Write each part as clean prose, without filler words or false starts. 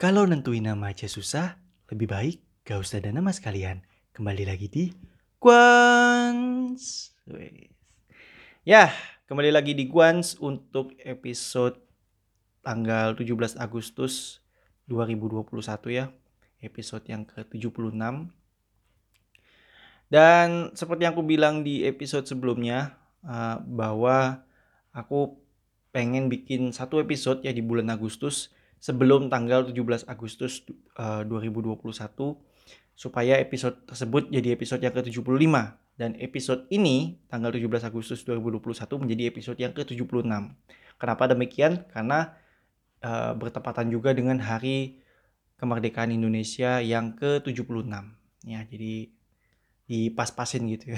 Kalau nentuin nama aja susah, lebih baik gak usah ada nama sekalian. Kembali lagi di Guans. Ya, kembali lagi di Guans untuk episode tanggal 17 Agustus 2021 ya. Episode yang ke-76. Dan seperti yang aku bilang di episode sebelumnya, bahwa aku pengen bikin satu episode ya di bulan Agustus sebelum tanggal 17 Agustus 2021 supaya episode tersebut jadi episode yang ke-75 dan episode ini tanggal 17 Agustus 2021 menjadi episode yang ke-76. Kenapa demikian? Karena bertepatan juga dengan hari kemerdekaan Indonesia yang ke-76. Ya, jadi dipas-pasin gitu ya.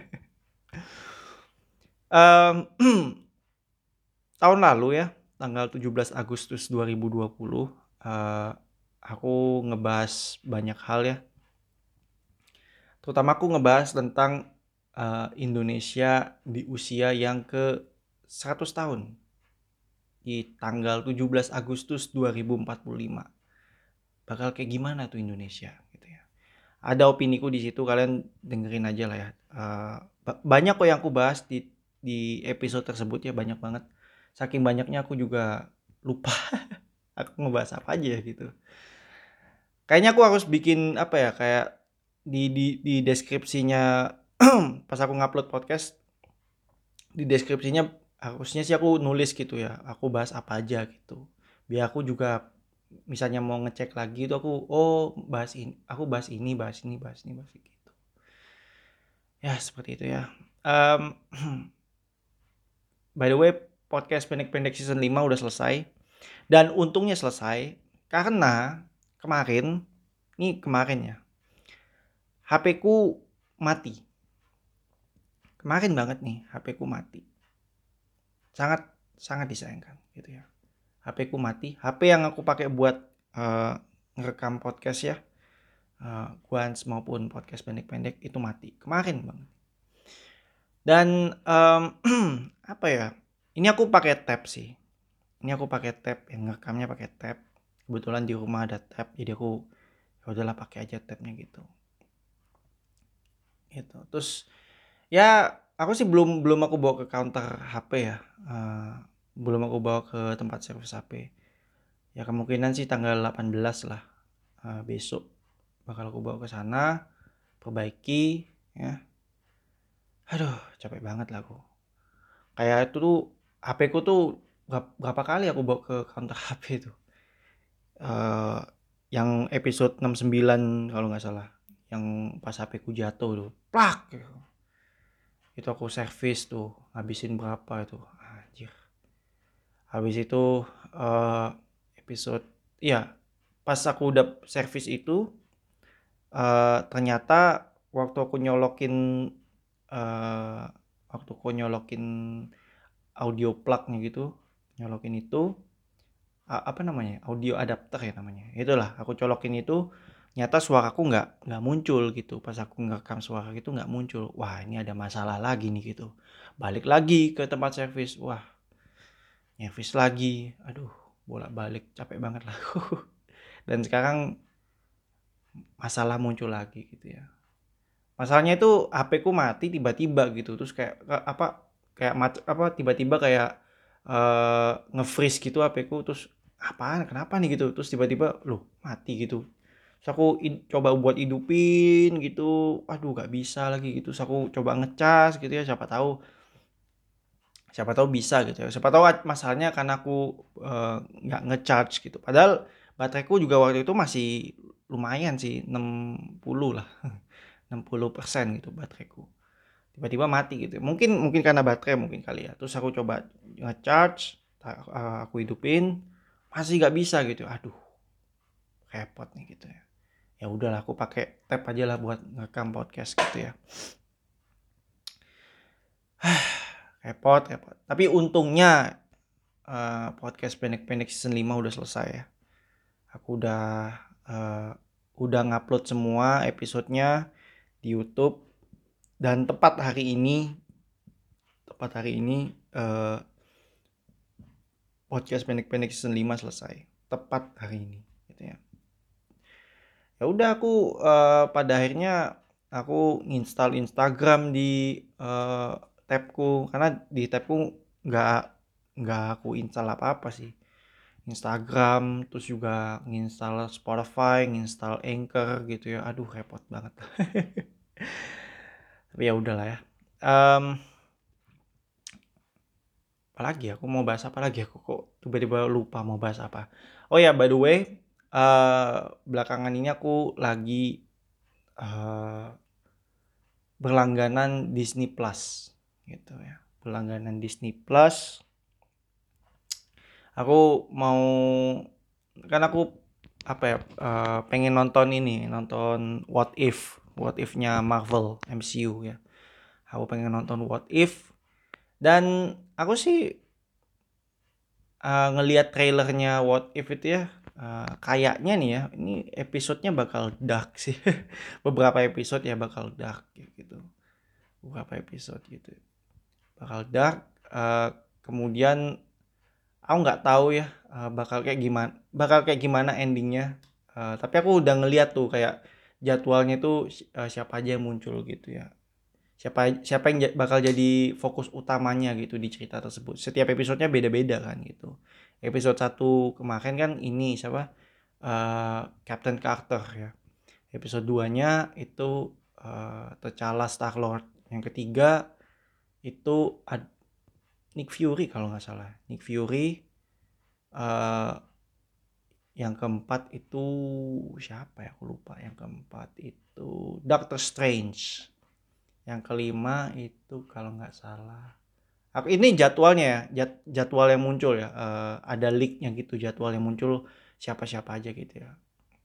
Tahun lalu ya, tanggal 17 Agustus 2020, aku ngebahas banyak hal ya. Terutama aku ngebahas tentang Indonesia di usia yang ke 100 tahun. Di tanggal 17 Agustus 2045. Bakal kayak gimana tuh Indonesia gitu ya. Ada opiniku di situ, kalian dengerin aja lah ya. Banyak kok yang aku bahas di episode tersebut ya, banyak banget. Saking banyaknya aku juga lupa aku ngebahas apa aja gitu. Kayaknya aku harus bikin apa ya, kayak di deskripsinya pas aku ngupload podcast, di deskripsinya harusnya sih aku nulis gitu ya. Aku bahas apa aja gitu. Biar aku juga misalnya mau ngecek lagi itu aku bahas ini, aku bahas ini, bahas ini, bahas ini, bahas ini gitu. Ya, seperti itu ya. Um, by the way, podcast pendek-pendek season 5 udah selesai. Dan untungnya selesai karena kemarin, kemarin ya, HP ku mati. Kemarin banget nih HP ku mati. Sangat sangat disayangkan gitu ya. HP ku mati. HP yang aku pakai buat ngerekam podcast ya. Guans maupun podcast pendek-pendek itu mati. Kemarin banget. Dan apa ya? Ini aku pakai tab sih. Ini aku pakai tab, yang ngerekamnya pakai tab. Kebetulan di rumah ada tab, jadi aku ya udahlah pakai aja tabnya gitu. Gitu. Terus ya aku sih belum belum aku bawa ke counter HP ya. Belum aku bawa ke tempat servis HP. Ya kemungkinan sih tanggal 18 lah, besok bakal aku bawa ke sana, perbaiki ya. Aduh, capek banget lah aku. Kayak itu tuh HP ku tuh berapa kali aku bawa ke counter HP itu. Eh yang episode 69 kalau nggak salah. Yang pas HP ku jatuh tuh. Plak gitu. Itu aku servis tuh, ngabisin berapa itu? Anjir. Habis itu eh episode ya pas aku udah servis itu ternyata waktu aku nyolokin eh audio plug-nya gitu, nyolokin itu apa namanya? Audio adapter ya namanya. Itulah, aku colokin itu nyata suaraku nggak muncul gitu. Pas aku ngerekam suara gitu nggak muncul. Wah, ini ada masalah lagi nih gitu. Balik lagi ke tempat servis. Wah, servis lagi. Aduh, bolak-balik capek banget lah. Dan sekarang masalah muncul lagi gitu ya. Masalahnya itu HP ku mati tiba-tiba gitu. Terus kayak tiba-tiba kayak nge-freeze gitu HP ku, terus apaan kenapa nih gitu. Terus tiba-tiba loh mati gitu. Terus aku coba buat hidupin gitu. Aduh gak bisa lagi gitu. Terus aku coba ngecas gitu ya, siapa tahu bisa gitu ya. Siapa tahu masalahnya karena aku nggak ngecharge gitu. Padahal bateraiku juga waktu itu masih lumayan sih, 60 lah. 60% gitu bateraiku. Tiba-tiba mati gitu. Mungkin karena baterai mungkin kali ya. Terus aku coba ngecharge, aku hidupin, masih nggak bisa gitu. Aduh, repot nih gitu ya. Ya udahlah aku pakai tab aja lah buat ngerekam podcast gitu ya. repot. Tapi untungnya podcast pendek-pendek season 5 udah selesai ya. Aku udah ngupload semua episodenya di YouTube dan tepat hari ini podcast pendek-pendek season 5 selesai. Tepat hari ini. gitu ya. Ya udah aku pada akhirnya aku nginstal Instagram di tabku, karena di tabku nggak nggak aku install apa-apa sih. Instagram, terus juga nginstal Spotify, nginstal Anchor gitu ya. Aduh repot banget. Tapi ya udahlah ya. Em, Apalagi aku mau bahas apa lagi, aku kok tiba-tiba lupa mau bahas apa. Oh ya, by the way, belakangan ini aku lagi eh, berlangganan Disney Plus gitu ya. Berlangganan Disney Plus. Aku mau, kan aku apa ya, pengen nonton ini, nonton What If-nya Marvel MCU ya. Aku pengen nonton What If, dan aku sih ngelihat trailernya What If itu ya, kayaknya nih ya, ini episodenya bakal dark sih. Beberapa episode ya bakal dark gitu. Beberapa episode gitu. Bakal dark. Kemudian aku nggak tahu ya bakal kayak gimana endingnya. Tapi aku udah ngeliat tuh kayak jadwalnya tuh siapa aja yang muncul gitu ya. Siapa siapa yang bakal jadi fokus utamanya gitu di cerita tersebut. Setiap episodenya beda-beda kan gitu. Episode 1 kemarin kan ini siapa? Captain Carter ya. Episode 2-nya itu T'Challa Star-Lord. Yang ketiga itu Nick Fury kalau nggak salah. Nick Fury. eh yang keempat itu siapa ya? Aku lupa. Yang keempat itu Doctor Strange. Yang kelima itu kalau nggak salah. Ini jadwalnya ya, jadwal yang muncul ya. Ada leaknya gitu, jadwal yang muncul siapa-siapa aja gitu ya.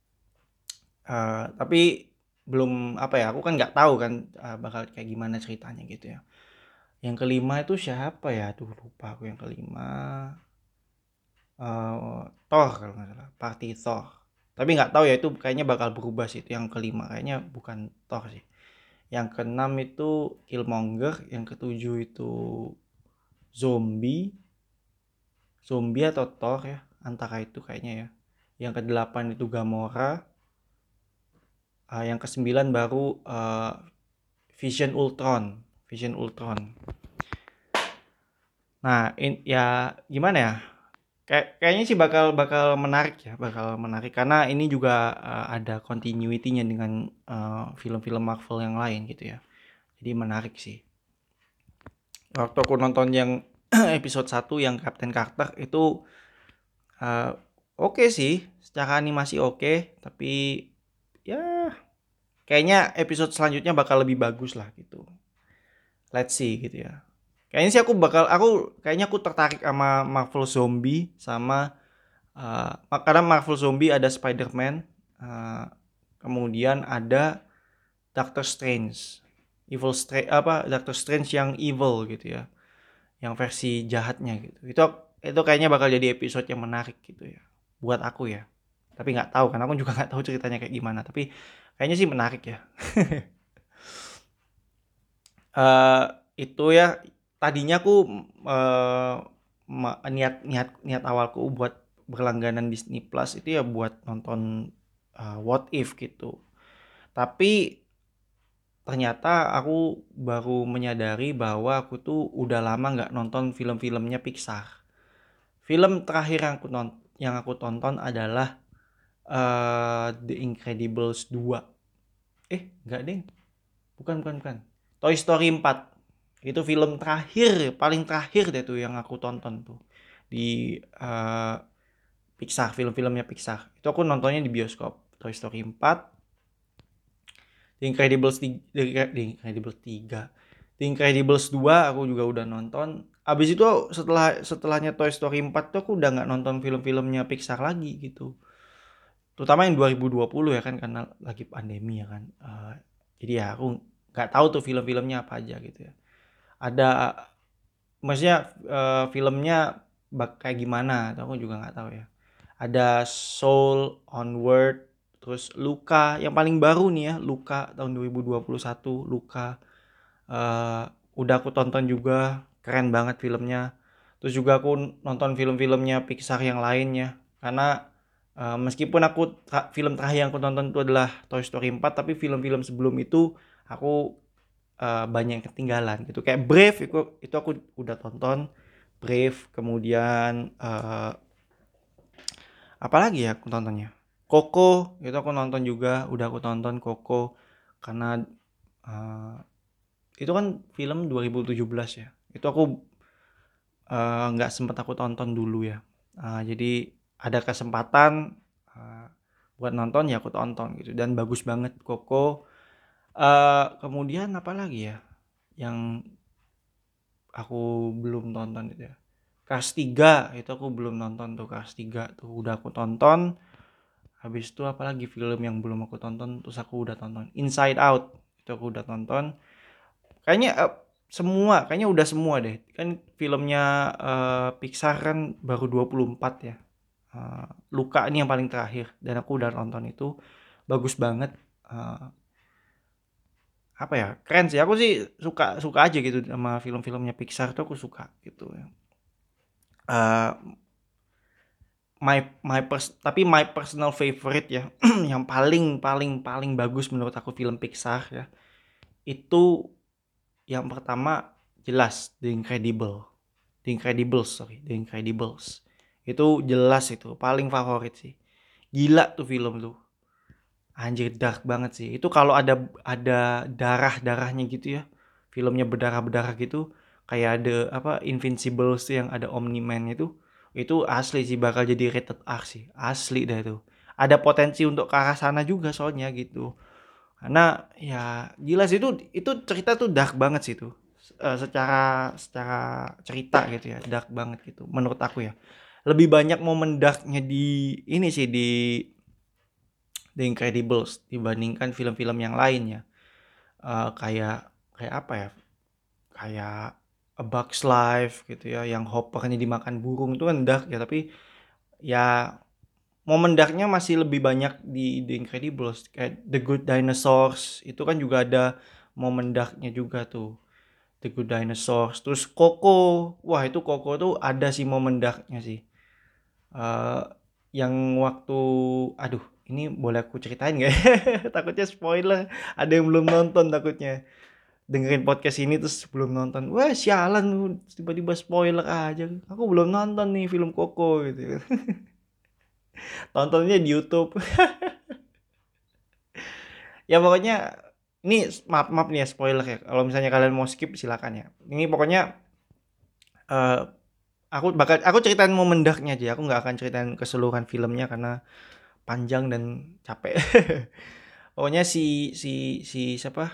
Tapi belum apa ya, aku kan nggak tahu kan bakal kayak gimana ceritanya gitu ya. Yang kelima itu siapa ya? Aduh lupa aku yang kelima. Thor kalau nggak salah, Party Thor. Tapi nggak tahu ya, itu kayaknya bakal berubah sih, itu yang kelima kayaknya bukan Thor sih. Yang keenam itu Killmonger, yang ketujuh itu zombie zombie atau Thor ya, antara itu kayaknya ya. Yang kedelapan itu Gamora. Yang kesembilan baru Vision Ultron. Vision Ultron. Nah, ya gimana ya? Kayaknya sih bakal bakal menarik ya, bakal menarik karena ini juga ada continuity-nya dengan film-film Marvel yang lain gitu ya. Jadi menarik sih. Waktu aku nonton yang episode 1 yang Captain Carter itu oke sih, secara animasi oke, tapi ya kayaknya episode selanjutnya bakal lebih bagus lah gitu. Let's see gitu ya. Kayaknya sih kayaknya aku tertarik sama Marvel Zombie sama karena Marvel Zombie ada Spider-Man, uh, kemudian ada Doctor Strange, Doctor Strange yang evil gitu ya, yang versi jahatnya gitu. Itu kayaknya bakal jadi episode yang menarik gitu ya, buat aku ya. Tapi nggak tahu kan, aku juga nggak tahu ceritanya kayak gimana. Tapi kayaknya sih menarik ya. uh, itu ya, tadinya aku uh, niat awalku buat berlangganan Disney Plus itu ya buat nonton What If gitu. Tapi ternyata aku baru menyadari bahwa aku tuh udah lama nggak nonton film-filmnya Pixar. Film terakhir yang aku tonton adalah The Incredibles 2. Nggak deh. Bukan. Toy Story 4. Itu film terakhir, paling terakhir deh tuh yang aku tonton tuh di Pixar, film-filmnya Pixar. Itu aku nontonnya di bioskop. Toy Story 4, The Incredibles 3, The Incredibles 2 aku juga udah nonton. Abis itu setelahnya Toy Story 4 tuh aku udah nggak nonton film-filmnya Pixar lagi gitu. Terutama yang 2020 ya kan, karena lagi pandemi ya kan. Jadi ya aku nggak tahu tuh film-filmnya apa aja gitu ya. Ada, maksudnya filmnya kayak gimana, aku juga nggak tahu ya. Ada Soul, Onward, terus Luca yang paling baru nih ya, Luca tahun 2021, Luca. Eh, udah aku tonton juga, keren banget filmnya. Terus juga aku nonton film-filmnya Pixar yang lainnya, karena Meskipun film terakhir yang aku tonton itu adalah Toy Story 4, tapi film-film sebelum itu aku banyak yang ketinggalan gitu. Kayak Brave itu aku udah tonton. Brave, kemudian apa lagi ya aku tontonnya? Coco itu aku nonton juga, udah aku tonton Coco karena eh, itu kan film 2017 ya. Itu aku nggak sempet aku tonton dulu ya. Jadi ada kesempatan eh, buat nonton ya aku tonton gitu dan bagus banget Coco. Kemudian apa lagi ya yang aku belum tonton itu ya. Cars 3 itu aku belum nonton tuh. Cars 3 tuh udah aku tonton. Habis itu apalagi film yang belum aku tonton terus aku udah tonton Inside Out itu aku udah tonton. Kayaknya kayaknya udah semua deh. Kan filmnya Pixar kan baru 24 ya. Luka ini yang paling terakhir dan aku udah nonton itu. Bagus banget. Eh, Apa ya? Keren sih. Aku sih suka suka aja gitu sama film-filmnya Pixar tuh aku suka gitu ya. Eh, my personal favorite ya yang paling paling paling bagus menurut aku film Pixar ya itu yang pertama jelas The Incredibles, sorry, The Incredibles. Itu jelas itu paling favorit sih. Gila tuh film tuh. Anjir dark banget sih. Itu kalau ada darah-darahnya gitu ya. Filmnya berdarah-berdarah gitu. Kayak ada apa Invincibles tuh yang ada Omni-Man itu. Itu asli sih bakal jadi rated R sih. Asli dah itu. Ada potensi untuk ke arah sana juga soalnya gitu. Karena ya gila sih itu cerita tuh dark banget sih itu. Secara secara cerita gitu ya, dark banget gitu menurut aku ya. Lebih banyak momen darknya di ini sih di The Incredibles dibandingkan film-film yang lainnya. Kayak kayak apa ya? Kayak A Bug's Life gitu ya, yang Hoppernya dimakan burung itu kan dark ya, tapi ya momen darknya masih lebih banyak di The Incredibles. Kayak The Good Dinosaurs itu kan juga ada momen darknya juga tuh. The Good Dinosaurs. Terus Coco, wah itu Coco tuh ada sih momen darknya sih. Eh yang waktu, aduh, ini boleh aku ceritain gak? Takutnya spoiler. Ada yang belum nonton takutnya. Dengerin podcast ini terus belum nonton. Wah sialan lu, tiba-tiba spoiler aja. Aku belum nonton nih film Coco gitu. Tontonnya di YouTube. Ya pokoknya ini maaf maaf nih ya spoiler ya. Kalau misalnya kalian mau skip silakan ya. Ini pokoknya eh, aku ceritain momen darknya aja. Aku nggak akan ceritain keseluruhan filmnya karena panjang dan capek. Pokoknya si siapa?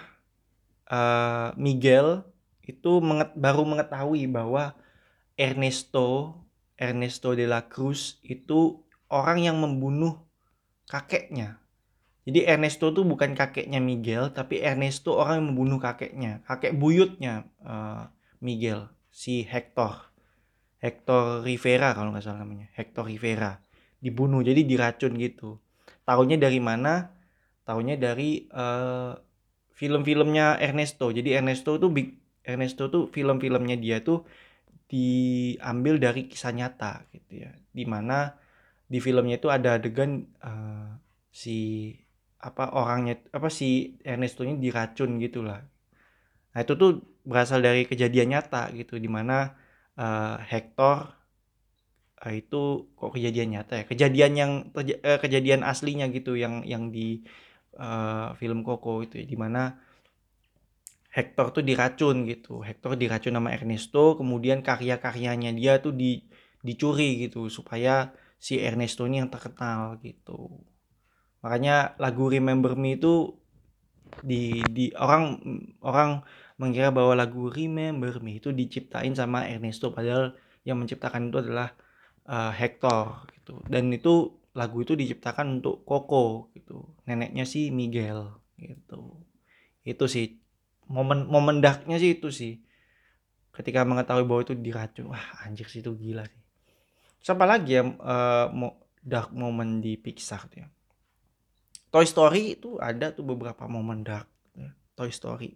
Miguel itu baru mengetahui bahwa Ernesto Ernesto de la Cruz itu orang yang membunuh kakeknya. Jadi Ernesto tuh bukan kakeknya Miguel, tapi Ernesto orang yang membunuh kakeknya, kakek buyutnya Miguel, si Hector. Hector Rivera kalau nggak salah namanya, Hector Rivera. Dibunuh, jadi diracun gitu. Tahunya dari mana? Tahunya dari film-filmnya Ernesto. Jadi Ernesto tuh film-filmnya dia tuh diambil dari kisah nyata gitu ya. Dimana di filmnya itu ada adegan si apa orangnya apa si Ernesto ini diracun gitulah. Nah itu tuh berasal dari kejadian nyata gitu dimana Hector itu kok kejadian nyata ya kejadian aslinya gitu yang di film Coco itu ya, dimana Hector tuh diracun gitu. Hector diracun sama Ernesto, kemudian karya-karyanya dia tuh dicuri gitu supaya si Ernesto ini yang terkenal gitu. Makanya lagu Remember Me itu di orang orang mengira bahwa lagu Remember Me itu diciptain sama Ernesto padahal yang menciptakan itu adalah Hector gitu. Dan itu lagu itu diciptakan untuk Coco gitu. Neneknya si Miguel gitu. Itu sih momen momen darknya sih itu sih. Ketika mengetahui bahwa itu diracun, wah anjir sih itu gila sih. Terus apa lagi ya dark moment di Pixar tuh ya. Toy Story itu ada tuh beberapa momen dark ya. Toy Story.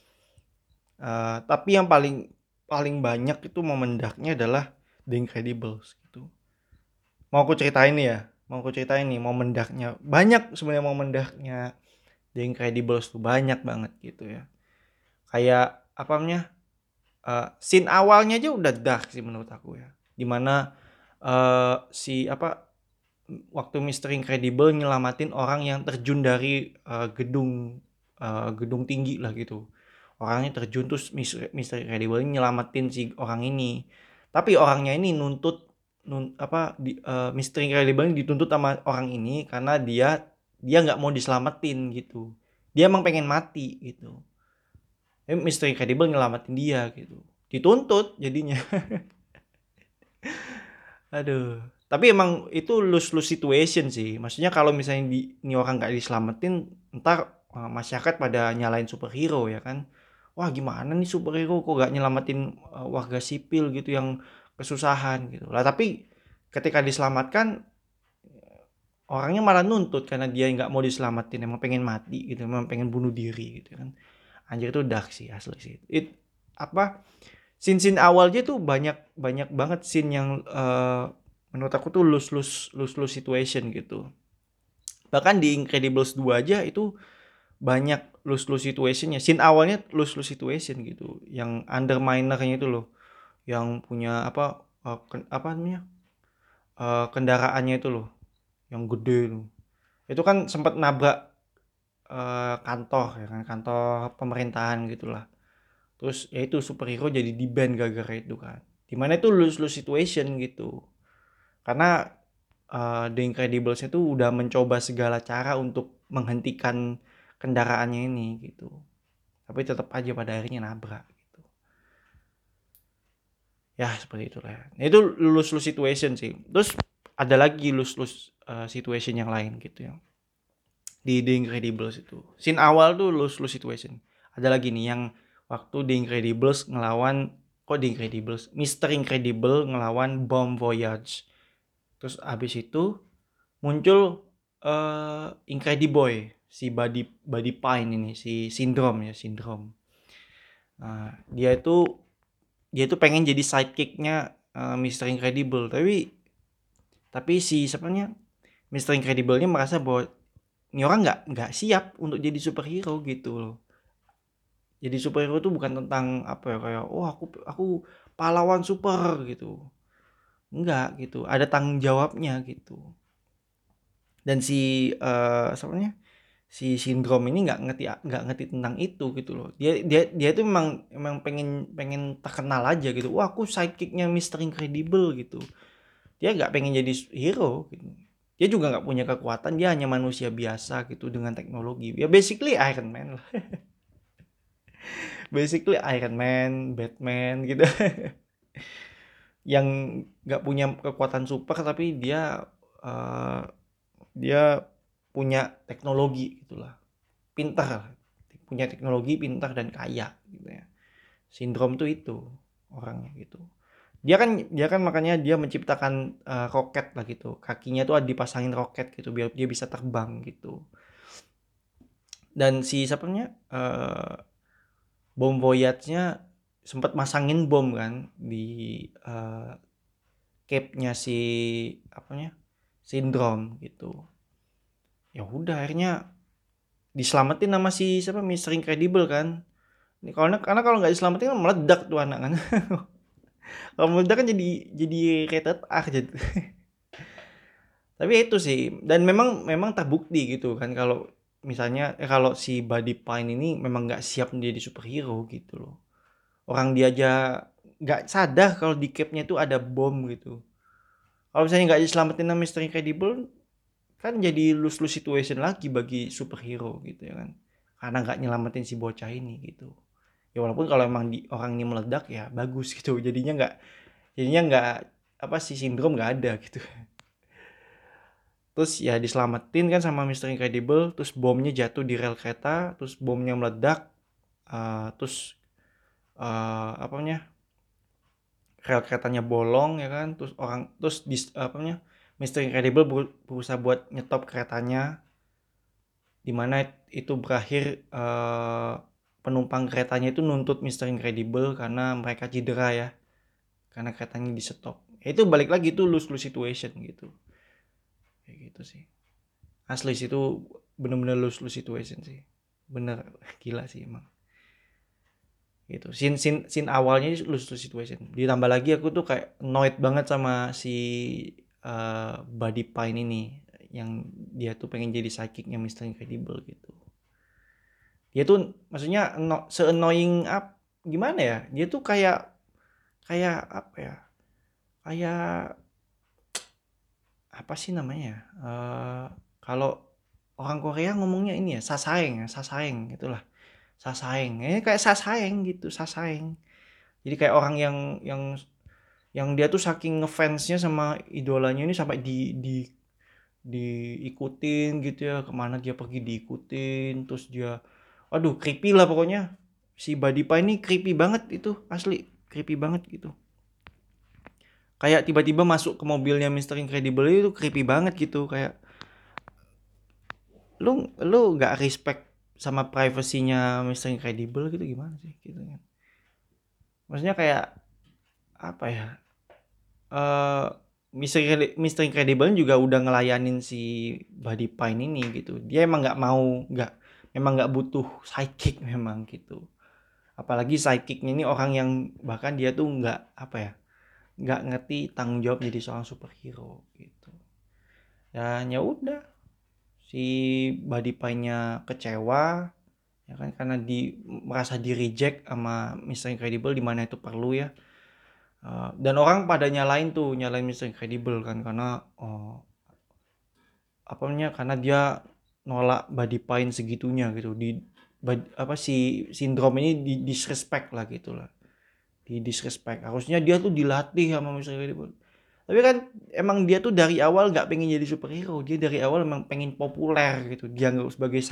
Tapi yang paling paling banyak itu momen darknya adalah The Incredibles gitu. Mau aku ceritain nih ya. mau aku ceritain nih momen darknya. Banyak sebenarnya momen darknya The Incredibles tuh, banyak banget gitu ya. Kayak apa namanya? Scene awalnya aja udah dark sih menurut aku ya. Dimana si apa waktu Mr. Incredible nyelamatin orang yang terjun dari gedung tinggi lah gitu. Orangnya terjun terus Mr. Incredible nyelamatin si orang ini. Tapi orangnya ini Mr. Incredible ini dituntut sama orang ini karena dia nggak mau diselamatin gitu. Dia emang pengen mati gitu. Mr. Incredible nyelamatin dia gitu. Dituntut jadinya. Aduh. Tapi emang itu lose-lose situation sih. Maksudnya kalau misalnya ini orang nggak diselamatin, ntar masyarakat pada nyalain superhero ya kan. Wah gimana nih superhero kok gak nyelamatin warga sipil gitu yang kesusahan gitu. Lah tapi ketika diselamatkan, orangnya malah nuntut karena dia nggak mau diselamatin. Emang pengen mati gitu. Emang pengen bunuh diri gitu kan. Anjir itu dark sih asli sih. Apa scene-scene awalnya tuh banyak banyak banget scene yang menurut aku tuh lose situation gitu. Bahkan di Incredibles 2 aja itu banyak lose situationnya. Scene awalnya lose situation gitu. Yang underminernya itu loh, yang punya apa namanya? Kendaraannya itu loh, yang gede loh. Itu kan sempat nabrak kantor ya kan, kantor pemerintahan gitulah. Terus ya itu superhero jadi di-ban gara-gara itu kan. Dimana itu lose situation gitu. Karena The Incredibles itu udah mencoba segala cara untuk menghentikan kendaraannya ini gitu. Tapi tetap aja pada akhirnya nabrak gitu. Ya seperti itulah. Nah, itu lose situation sih. Terus ada lagi lose situation yang lain gitu ya. Di The Incredibles itu. Scene awal tuh lose situation. Ada lagi nih yang waktu The Incredibles ngelawan The Incredibles, Mr. Incredible ngelawan Bomb Voyage. Terus abis itu muncul Incrediboy, si Buddy Pine ini, si Syndrome ya, Syndrome. Nah, dia itu pengen jadi sidekicknya Mr. Incredible, tapi si siapanya Mr. Incredible-nya merasa bahwa ini orang nggak siap untuk jadi superhero gitu loh. Jadi superhero itu bukan tentang apa ya, kayak aku pahlawan super gitu. Enggak gitu, ada tanggung jawabnya gitu. Dan si Sindrom ini nggak ngerti tentang itu gitu loh. Dia itu memang pengen pengen terkenal aja gitu. Wah, aku sidekicknya Mr. Incredible gitu. Dia nggak pengen jadi hero gitu. Dia juga nggak punya kekuatan, dia hanya manusia biasa gitu dengan teknologi. Ya basically Iron Man lah. Basically Iron Man, Batman gitu. Yang nggak punya kekuatan super tapi uh, dia punya teknologi gitulah. Pintar, punya teknologi, pintar dan kaya gitu ya. Sindrom tuh itu orangnya gitu. Dia kan makanya dia menciptakan roket lah gitu. Kakinya tuh ada dipasangin roket gitu biar dia bisa terbang gitu. Dan si siapanya bom Voyage-nya sempat masangin bom kan di cape-nya si apanya? Sindrom gitu. Ya udah akhirnya diselamatin sama si siapa Mr. Incredible kan. Ini karena kalau nggak diselamatin kan meledak tuh anak kan. Kalau meledak kan jadi rated R gitu. Tapi itu sih, dan memang terbukti gitu kan kalau misalnya kalau si Buddy Pine ini memang nggak siap menjadi superhero gitu loh. Orang dia aja nggak sadar kalau di cape-nya tuh ada bom gitu. Kalau misalnya nggak diselamatin sama Mr. Incredible kan jadi lose situation lagi bagi superhero gitu ya kan. Karena nggak nyelamatin si bocah ini gitu. Ya walaupun kalau emang orang ini meledak ya bagus gitu. Jadinya nggak apa si sindrom nggak ada gitu. Terus ya diselamatin kan sama Mr. Incredible, terus bomnya jatuh di rel kereta, terus bomnya meledak, terus apa namanya, rel keretanya bolong ya kan, terus Mr. Incredible berusaha buat nyetop keretanya, dimana itu berakhir penumpang keretanya itu nuntut Mr. Incredible karena mereka cedera ya, karena keretanya di stop. Itu balik lagi tuh lose situation gitu. kayak gitu sih. Asli sih itu bener-bener lose situation sih, bener gila sih emang gitu. Scene awalnya lose situation, ditambah lagi aku tuh kayak annoyed banget sama si Buddy Pine ini, yang dia tuh pengen jadi psychic-nya Mr. Incredible gitu. Dia tuh maksudnya se-annoying gimana ya, dia tuh kayak kayak apa ya, kayak apa sih namanya, kalau orang Korea ngomongnya ini ya, sasaeng gitulah, sasaeng, kayak sasaeng gitu, sasaeng. Jadi kayak orang yang dia tuh saking ngefansnya sama idolanya ini sampai diikutin gitu ya, kemana dia pergi diikutin, terus dia, aduh creepy lah pokoknya. Si Badipa ini creepy banget itu, asli creepy banget gitu. Kayak tiba-tiba masuk ke mobilnya Mr. Incredible itu creepy banget gitu, kayak lu nggak respect sama privasinya Mr. Incredible gitu, gimana sih gitu kan. Maksudnya kayak apa ya, eh Mr. Incredible juga udah ngelayanin si Buddy Pine ini gitu. Dia emang nggak mau, memang nggak butuh sidekick memang gitu. Apalagi sidekicknya ini orang yang bahkan dia tuh nggak apa ya, nggak ngerti tanggung jawab jadi seorang superhero gitu. Dan ya udah, si Buddy Pine-nya kecewa ya kan, karena merasa di reject sama Mr. Incredible di mana itu perlu ya. Dan orang pada nyalain Mr. Incredible kan, karena apa namanya, karena dia nolak Buddy Pine segitunya gitu, apa si sindrom ini di disrespect lah gitulah, di disrespect. Harusnya dia tuh dilatih sama Mr. Incredible, tapi kan emang dia tuh dari awal nggak pengen jadi superhero, dia dari awal emang pengen populer gitu, dia nggak sebagai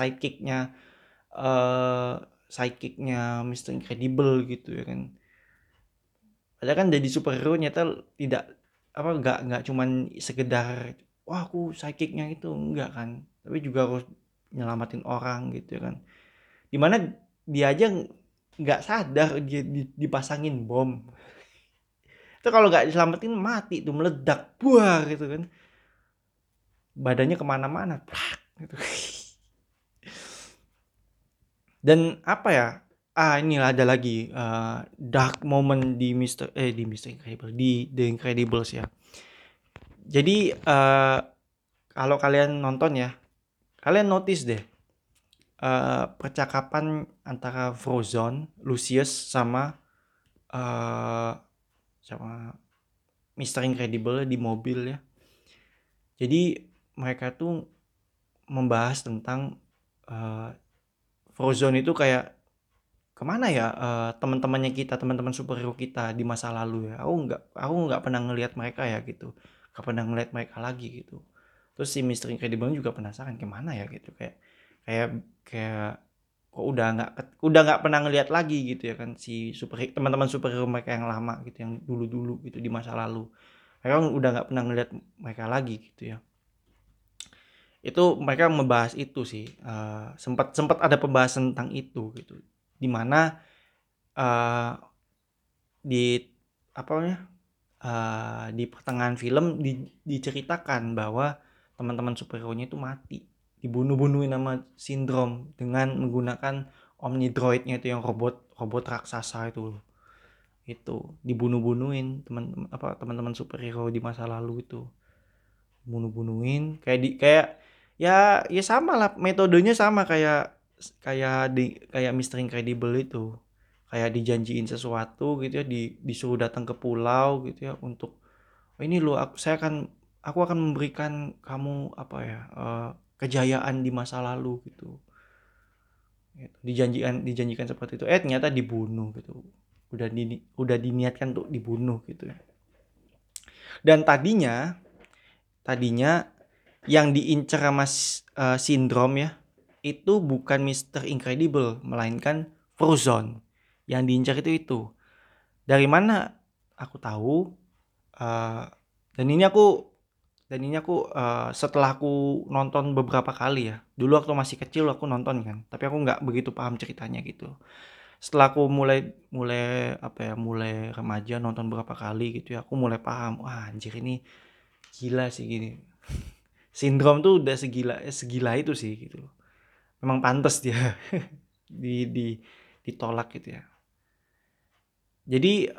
eh sidekicknya Mr. Incredible gitu ya kan. Padahal kan jadi superhero nyata tidak apa, nggak cuman sekedar wah aku psychicnya itu, enggak kan, tapi juga harus nyelamatin orang gitu ya kan. Dimana dia aja nggak sadar dia dipasangin bom. Itu kalau nggak diselamatin mati tuh, meledak buar gitu kan, badannya kemana-mana gitu. Dan apa ya, inilah ada lagi dark moment di Mr. Incredible, di The Incredibles ya. Jadi kalau kalian nonton ya, kalian notice deh percakapan antara Frozone, Lucius sama uh, sama Mr. Incredible di mobil ya. Jadi mereka tuh membahas tentang Frozone itu kayak kemana ya, teman-temannya kita, teman-teman superhero kita di masa lalu ya. Aku nggak pernah ngelihat mereka ya gitu, nggak pernah ngelihat mereka lagi gitu. Terus si Mr. Incredible juga penasaran kemana ya gitu, kayak kayak kok udah nggak pernah ngelihat lagi gitu ya kan, si teman-teman superhero mereka yang lama gitu, yang dulu-dulu gitu di masa lalu. Mereka udah nggak pernah ngelihat mereka lagi gitu ya. Itu mereka membahas itu sih, sempat sempat ada pembahasan tentang itu gitu, dimana di apa namanya, di pertengahan film diceritakan bahwa teman-teman superhero-nya itu mati, dibunuh-bunuhin sama Sindrom dengan menggunakan Omnidroid-nya itu, yang robot raksasa itu dibunuh-bunuhin teman-teman superhero di masa lalu itu, bunuh-bunuhin kayak ya sama lah, metodenya sama kayak kayak Mr. Incredible itu, kayak dijanjiin sesuatu gitu ya, disuruh datang ke pulau gitu ya untuk, oh ini loh aku akan memberikan kamu apa ya, kejayaan di masa lalu gitu. Dijanjikan seperti itu, ternyata dibunuh gitu, udah diniatkan untuk dibunuh gitu ya. Dan tadinya yang diincar sama Sindrom ya, itu bukan Mr. Incredible, melainkan Frozone. Yang diincar itu. Dari mana aku tahu? Uh, dan ini aku setelah aku nonton beberapa kali ya. Dulu waktu masih kecil aku nonton kan, tapi aku nggak begitu paham ceritanya gitu. Setelah aku mulai mulai apa ya, mulai remaja nonton beberapa kali gitu ya, aku mulai paham. Wah anjir, ini gila sih gini. Sindrom tuh udah segila itu sih gitu loh. Memang pantas dia di ditolak gitu ya. Jadi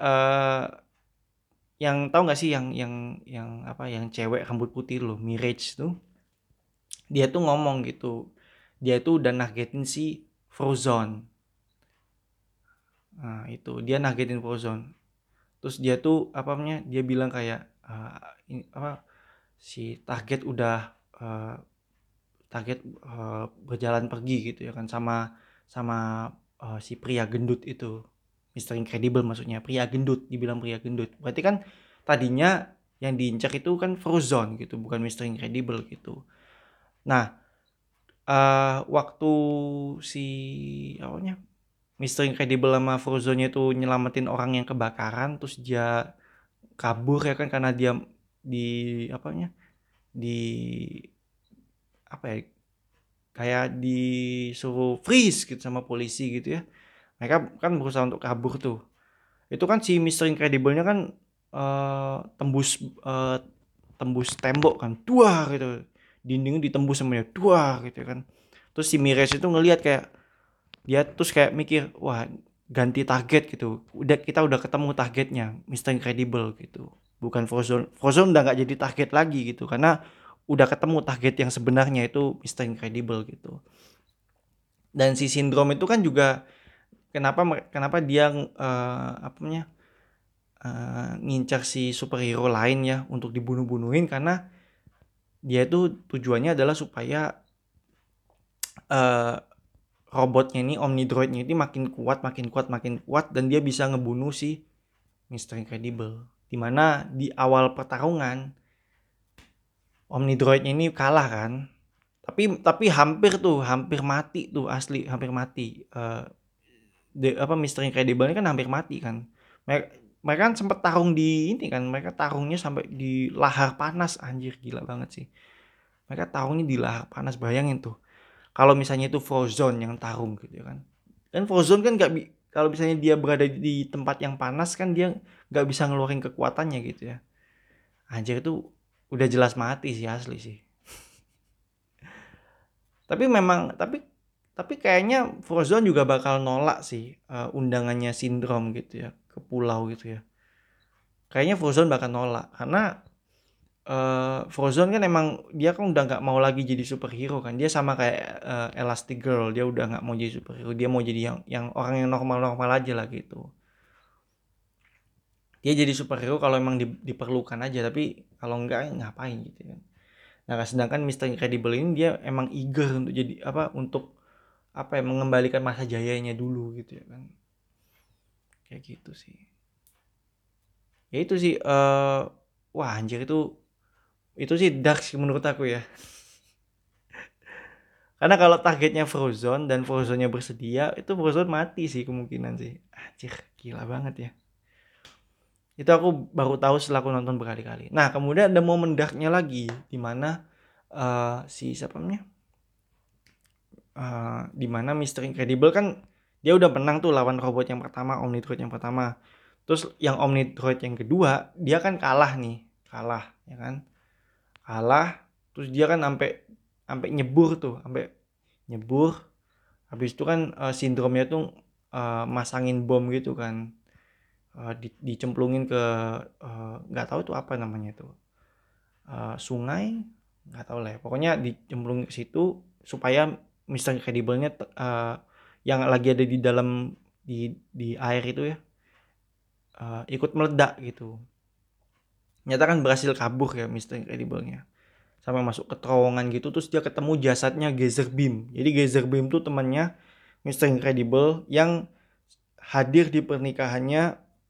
yang tahu nggak sih yang apa yang cewek rambut putih loh, Mirage tuh, dia tuh ngomong gitu. Dia tuh udah nagetin si Frozone. Nah, itu dia nagetin Frozone. Terus dia tuh apa namanya? Dia bilang kayak apa si eh, target berjalan pergi gitu ya kan sama sama si pria gendut itu. Mister Incredible maksudnya, pria gendut, dibilang pria gendut. Berarti kan tadinya yang diincar itu kan Frozone gitu, bukan Mister Incredible gitu. Nah, waktu si awalnya Mister Incredible sama Frozone itu nyelamatin orang yang kebakaran, terus dia kabur ya kan karena dia di apanya di apa ya kayak disuruh freeze gitu sama polisi gitu ya. Mereka kan berusaha untuk kabur tuh. Itu kan si Mister Incredible-nya kan tembus tembus tembok kan, duar gitu. Dindingnya ditembus sama dia, duar gitu kan. Terus si Mires itu ngelihat kayak dia terus kayak mikir, wah ganti target gitu. Kita udah ketemu targetnya, Mister Incredible gitu. Bukan Frozone. Frozone udah nggak jadi target lagi gitu karena udah ketemu target yang sebenarnya itu Mister Incredible gitu. Dan si Sindrom itu kan juga kenapa kenapa dia apa namanya ngincar si superhero lain ya untuk dibunuh-bunuhin karena dia itu tujuannya adalah supaya eh, robotnya ini Omnidroidnya ini makin kuat makin kuat makin kuat dan dia bisa ngebunuh si Mister Incredible. Dimana di awal pertarungan Omnidroidnya ini kalah kan, tapi hampir mati tuh asli hampir mati. Apa Mister Incredible ini kan hampir mati kan. Mereka kan sempat tarung di ini kan, mereka tarungnya sampai di lahar panas, anjir gila banget sih. Mereka tarungnya di lahar panas, bayangin tuh. Kalau misalnya itu Frozone yang tarung gitu kan. Dan Frozone kan kalau misalnya dia berada di tempat yang panas kan dia nggak bisa ngeluarin kekuatannya gitu ya. Anjir itu udah jelas mati sih asli sih. Tapi memang tapi kayaknya Frozone juga bakal nolak sih undangannya Sindrom gitu ya ke pulau gitu ya. Kayaknya Frozone bakal nolak karena Frozone kan emang dia kan udah nggak mau lagi jadi superhero kan. Dia sama kayak Elastic Girl, dia udah nggak mau jadi superhero. Dia mau jadi yang orang yang normal-normal aja lah gitu. Dia jadi superhero kalau emang diperlukan aja, tapi kalau enggak ngapain gitu kan. Nah, sedangkan Mister Incredible ini dia emang eager untuk jadi apa untuk apa ya mengembalikan masa jayanya dulu gitu ya kan. Kayak gitu sih. Ya itu sih wah anjir itu sih dark sih menurut aku ya. Karena kalau targetnya Frozone dan Frozone-nya bersedia, itu Frozone mati sih kemungkinan sih. Anjir, gila banget ya. Itu aku baru tahu setelah aku nonton berkali-kali. Nah, kemudian ada momen darknya lagi di mana si siapa namanya? Di mana Mr. Incredible kan dia udah menang tuh lawan robot yang pertama, Omnidroid yang pertama. Terus yang Omnidroid yang kedua, dia kan kalah nih, kalah ya kan? Kalah, terus dia kan sampai sampai nyebur tuh, sampai nyebur. Habis itu kan sindromnya tuh masangin bom gitu kan. Dicemplungin ke nggak tahu tuh apa namanya tuh. Sungai, nggak tahu lah ya. Pokoknya dicemplungin ke situ supaya Mister Incredible-nya yang lagi ada di dalam di air itu ya ikut meledak gitu. Nyata kan berhasil kabur ya Mister Incredible-nya. Sampai masuk ke terowongan gitu terus dia ketemu jasadnya Geyser Beam. Jadi Geyser Beam tuh temannya Mister Incredible yang hadir di pernikahannya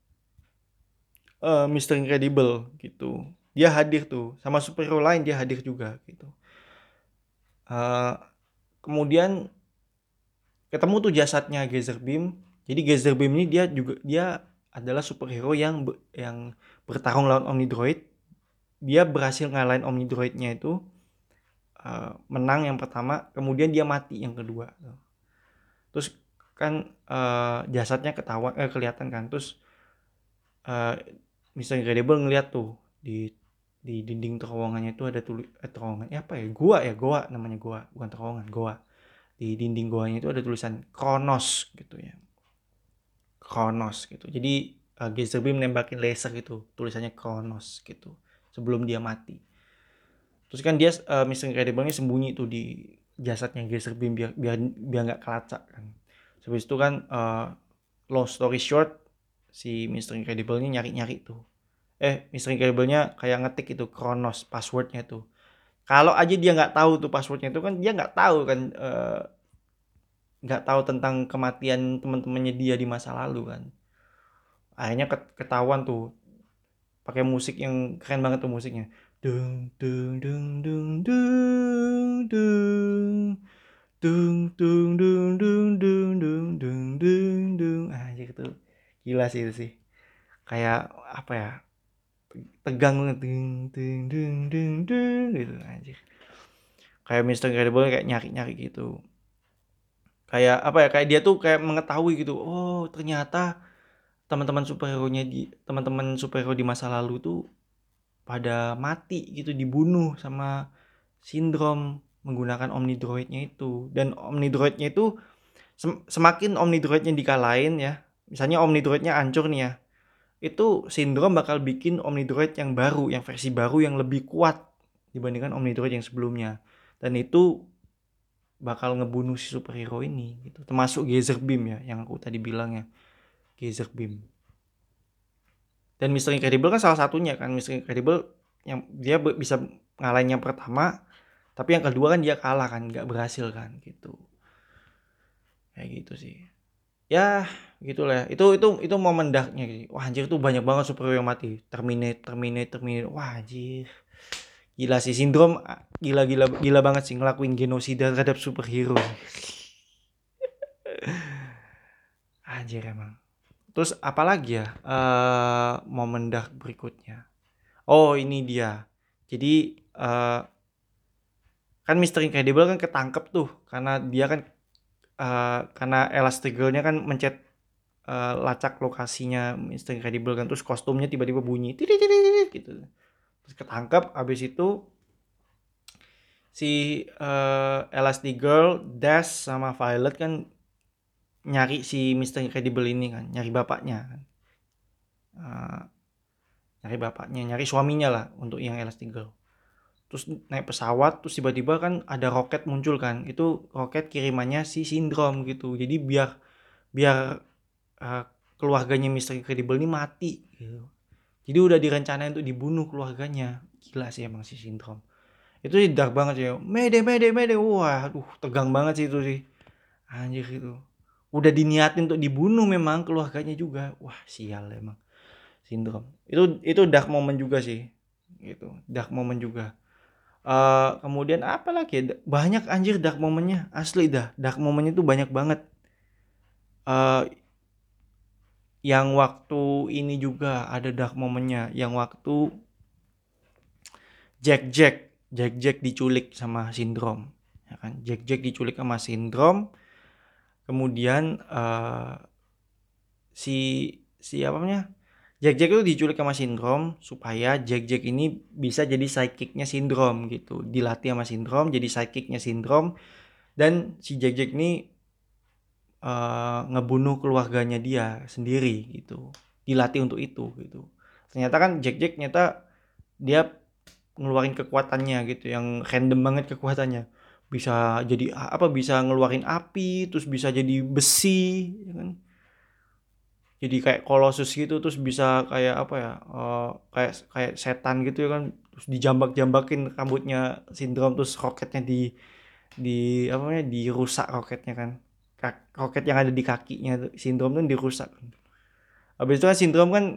Mister Incredible gitu. Dia hadir tuh sama superhero lain dia hadir juga gitu. Uh, Kemudian ketemu tuh jasadnya Geyser Beam. Jadi Geyser Beam ini dia adalah superhero yang bertarung lawan Omnidroid. Dia berhasil ngalahin Omnidroidnya itu menang yang pertama, kemudian dia mati yang kedua. Terus kan jasadnya kelihatan kan. Terus Mister Incredible ngeliat tuh di Di dinding terowongannya itu ada terowongan apa ya, goa namanya, goa bukan terowongan, goa. Di dinding goanya itu ada tulisan Kronos gitu ya, Kronos gitu. Jadi Geyser Beam nembakin laser gitu, tulisannya Kronos gitu sebelum dia mati. Terus kan dia Mr. Incredible-nya sembunyi tuh di jasadnya Geyser Beam biar biar biar nggak kelacak kan. Habis itu kan long story short, si Mr. Incredible-nya nyari-nyari tuh. Mr. Incredible-nya kayak ngetik itu Kronos passwordnya tuh. Kalau aja dia nggak tahu tuh passwordnya itu kan dia nggak tahu kan, nggak tahu tentang kematian teman-temannya dia di masa lalu kan. Akhirnya ketahuan tuh pakai musik yang keren banget tuh musiknya. Dung dung dung dung dung dung dung dung dung dung dung dung dung dung dung. Gitu. Gila sih itu sih. Kayak apa ya? Tegang banget, dung dung dung dung dung gitu anjir. Kayak Mr. Incredible kayak nyari-nyari gitu. Kayak apa ya? Kayak dia tuh kayak mengetahui gitu. Oh, ternyata teman-teman superhero di masa lalu tuh pada mati gitu, dibunuh sama Sindrom menggunakan Omnidroid-nya itu. Dan Omnidroid-nya itu semakin Omnidroid-nya dikalahin ya, misalnya Omnidroid-nya hancur nih ya, itu Sindrom bakal bikin Omnidroid yang baru, yang versi baru yang lebih kuat dibandingkan Omnidroid yang sebelumnya. Dan itu bakal ngebunuh si superhero ini gitu. Termasuk Geyser Beam ya, yang aku tadi bilang ya, Geyser Beam. Dan Mr. Incredible kan salah satunya kan, Mr. Incredible yang dia bisa ngalahin yang pertama, tapi yang kedua kan dia kalah kan, nggak berhasil kan gitu. Kayak gitu sih. Ya, gitulah. Itu momen darknya gitu. Wah, anjir tuh banyak banget superhero yang mati. Terminate. Wah, anjir. Gila sih Sindrom, gila banget sih ngelakuin genosida terhadap superhero. Anjir emang. Terus apalagi ya? Momen dark berikutnya. Oh, ini dia. Jadi kan Mr. Incredible kan ketangkep tuh karena dia kan karena Elastigirl-nya kan mencet lacak lokasinya Mr. Incredible kan, terus kostumnya tiba-tiba bunyi titit gitu. Terus ketangkep, abis itu si Elastigirl, Dash sama Violet kan nyari si Mr. Incredible ini kan, nyari bapaknya kan. Nyari suaminya lah untuk yang Elastigirl. Terus naik pesawat, terus tiba-tiba kan ada roket muncul kan, itu roket kirimannya si Sindrom gitu. Jadi biar biar keluarganya Mr. Incredible ini mati gitu. Jadi udah direncanain untuk dibunuh keluarganya. Gila sih emang si Sindrom. Itu sih dark banget ya. Mede. Wah, aduh, tegang banget sih itu sih. Anjir itu. Udah diniatin untuk dibunuh memang keluarganya juga. Wah, sial emang. Sindrom. Itu dark moment juga sih. Gitu. Dark moment juga. Kemudian apa lagi ya? Banyak anjir dark momennya. Asli dah. Dark momennya tuh banyak banget. Uh, yang waktu ini juga ada dark momennya. Yang waktu Jack diculik sama Sindrom, ya kan? Jack diculik sama Sindrom, kemudian si si apa namanya? Jack itu diculik sama Sindrom supaya Jack ini bisa jadi sidekicknya Sindrom gitu. Dilatih sama Sindrom jadi sidekicknya Sindrom, dan si Jack ini ngebunuh keluarganya dia sendiri gitu. Dilatih untuk itu gitu. Ternyata kan Jack ternyata dia ngeluarin kekuatannya gitu yang random banget kekuatannya, bisa jadi bisa ngeluarin api, terus bisa jadi besi ya kan, jadi kayak Colossus gitu, terus bisa kayak apa ya, kayak kayak setan gitu ya kan, terus dijambak-jambakin rambutnya Sindrom, terus roketnya di apa namanya dirusak roketnya kan, roket yang ada di kakinya Sindrom tuh dirusak. Habis itu kan Sindrom kan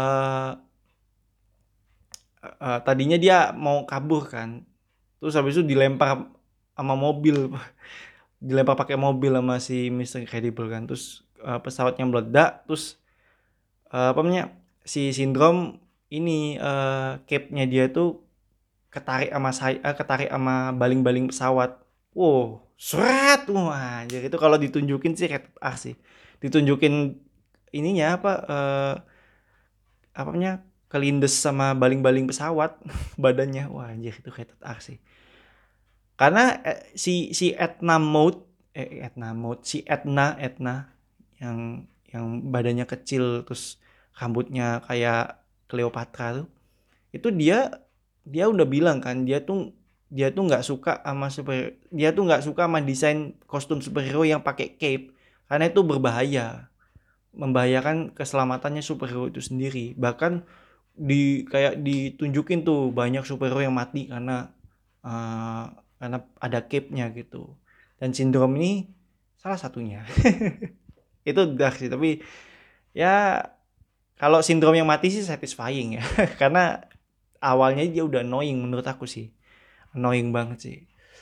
tadinya dia mau kabur kan, terus habis itu dilempar sama mobil dilempar pakai mobil sama si Mr. Incredible kan, terus pesawatnya meledak, terus apa namanya si Sindrom ini cape-nya dia tuh ketarik sama baling-baling pesawat. Wow, seret, wah jadi itu kalau ditunjukin sih rated R sih, ditunjukin ininya apa namanya kelindes sama baling-baling pesawat badannya. Wah anjir itu rated R sih. Karena si Etna Mode, si Etna yang badannya kecil terus rambutnya kayak Cleopatra tuh. Itu dia udah bilang kan dia tuh nggak suka sama desain kostum superhero yang pakai cape karena itu berbahaya, membahayakan keselamatannya superhero itu sendiri. Bahkan kayak ditunjukin tuh banyak superhero yang mati uh, karena ada cape-nya gitu. Dan sindrom ini salah satunya. Itu dark sih, tapi ya kalau sindrom yang mati sih satisfying ya. Karena awalnya dia udah annoying menurut aku sih. Annoying banget sih.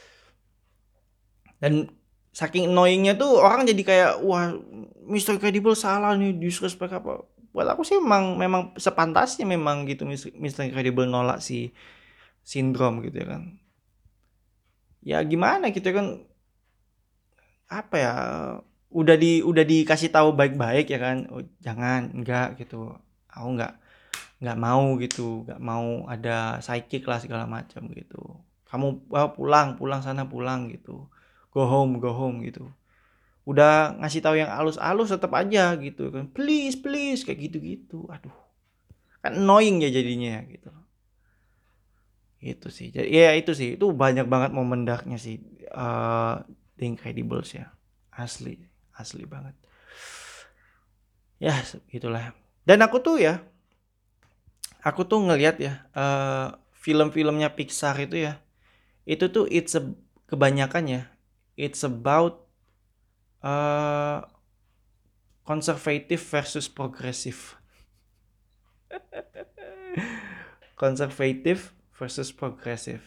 Dan saking annoyingnya tuh orang jadi kayak wah Mr. Incredible salah nih, disrespect apa. Buat aku sih memang sepantasnya memang gitu Mr. Incredible nolak si sindrom gitu ya kan. Ya gimana gitu ya kan, apa ya, udah dikasih tahu baik-baik ya kan, oh, jangan, enggak gitu, aku nggak mau gitu, nggak mau ada psychic lah segala macam gitu, kamu pulang pulang sana pulang gitu, go home gitu, udah ngasih tahu yang alus-alus tetap aja gitu kan, please please kayak gitu-gitu, aduh kan annoying ya jadinya gitu. Itu sih jadi ya itu sih, itu banyak banget momen darknya sih, The Incredibles ya, asli asli banget ya, gitulah. Dan aku tuh ngelihat ya, film-filmnya Pixar itu ya, itu tuh kebanyakan ya, it's about uh, conservative versus progressive. Conservative versus progressive.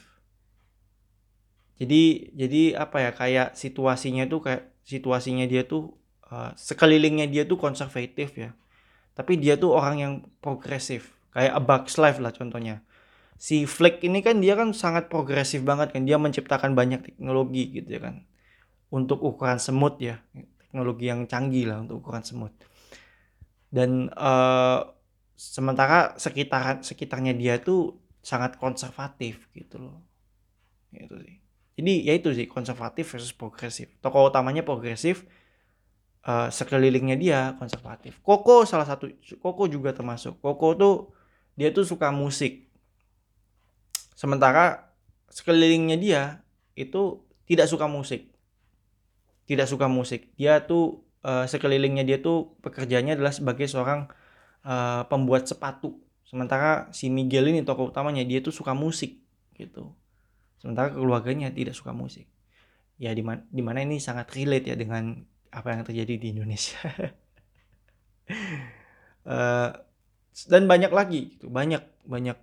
Jadi apa ya, kayak situasinya dia tuh, sekelilingnya dia tuh konservatif ya. Tapi dia tuh orang yang progresif. Kayak A Bug's Life lah contohnya. Si Flick ini kan dia kan sangat progresif banget kan. Dia menciptakan banyak teknologi gitu ya kan. Untuk ukuran semut ya. Teknologi yang canggih lah untuk ukuran semut. Dan sementara sekitarnya dia tuh sangat konservatif gitu loh. Gitu sih. Jadi ya itu sih, konservatif versus progresif. Tokoh utamanya progresif, sekelilingnya dia konservatif. Koko juga termasuk. Koko tuh dia tuh suka musik. Sementara sekelilingnya dia itu tidak suka musik. Tidak suka musik. Dia tuh sekelilingnya dia tuh pekerjaannya adalah sebagai seorang pembuat sepatu. Sementara si Miguel ini tokoh utamanya dia tuh suka musik gitu. Sementara keluarganya tidak suka musik. Ya dimana ini sangat relate ya dengan apa yang terjadi di Indonesia. uh, dan banyak lagi gitu, banyak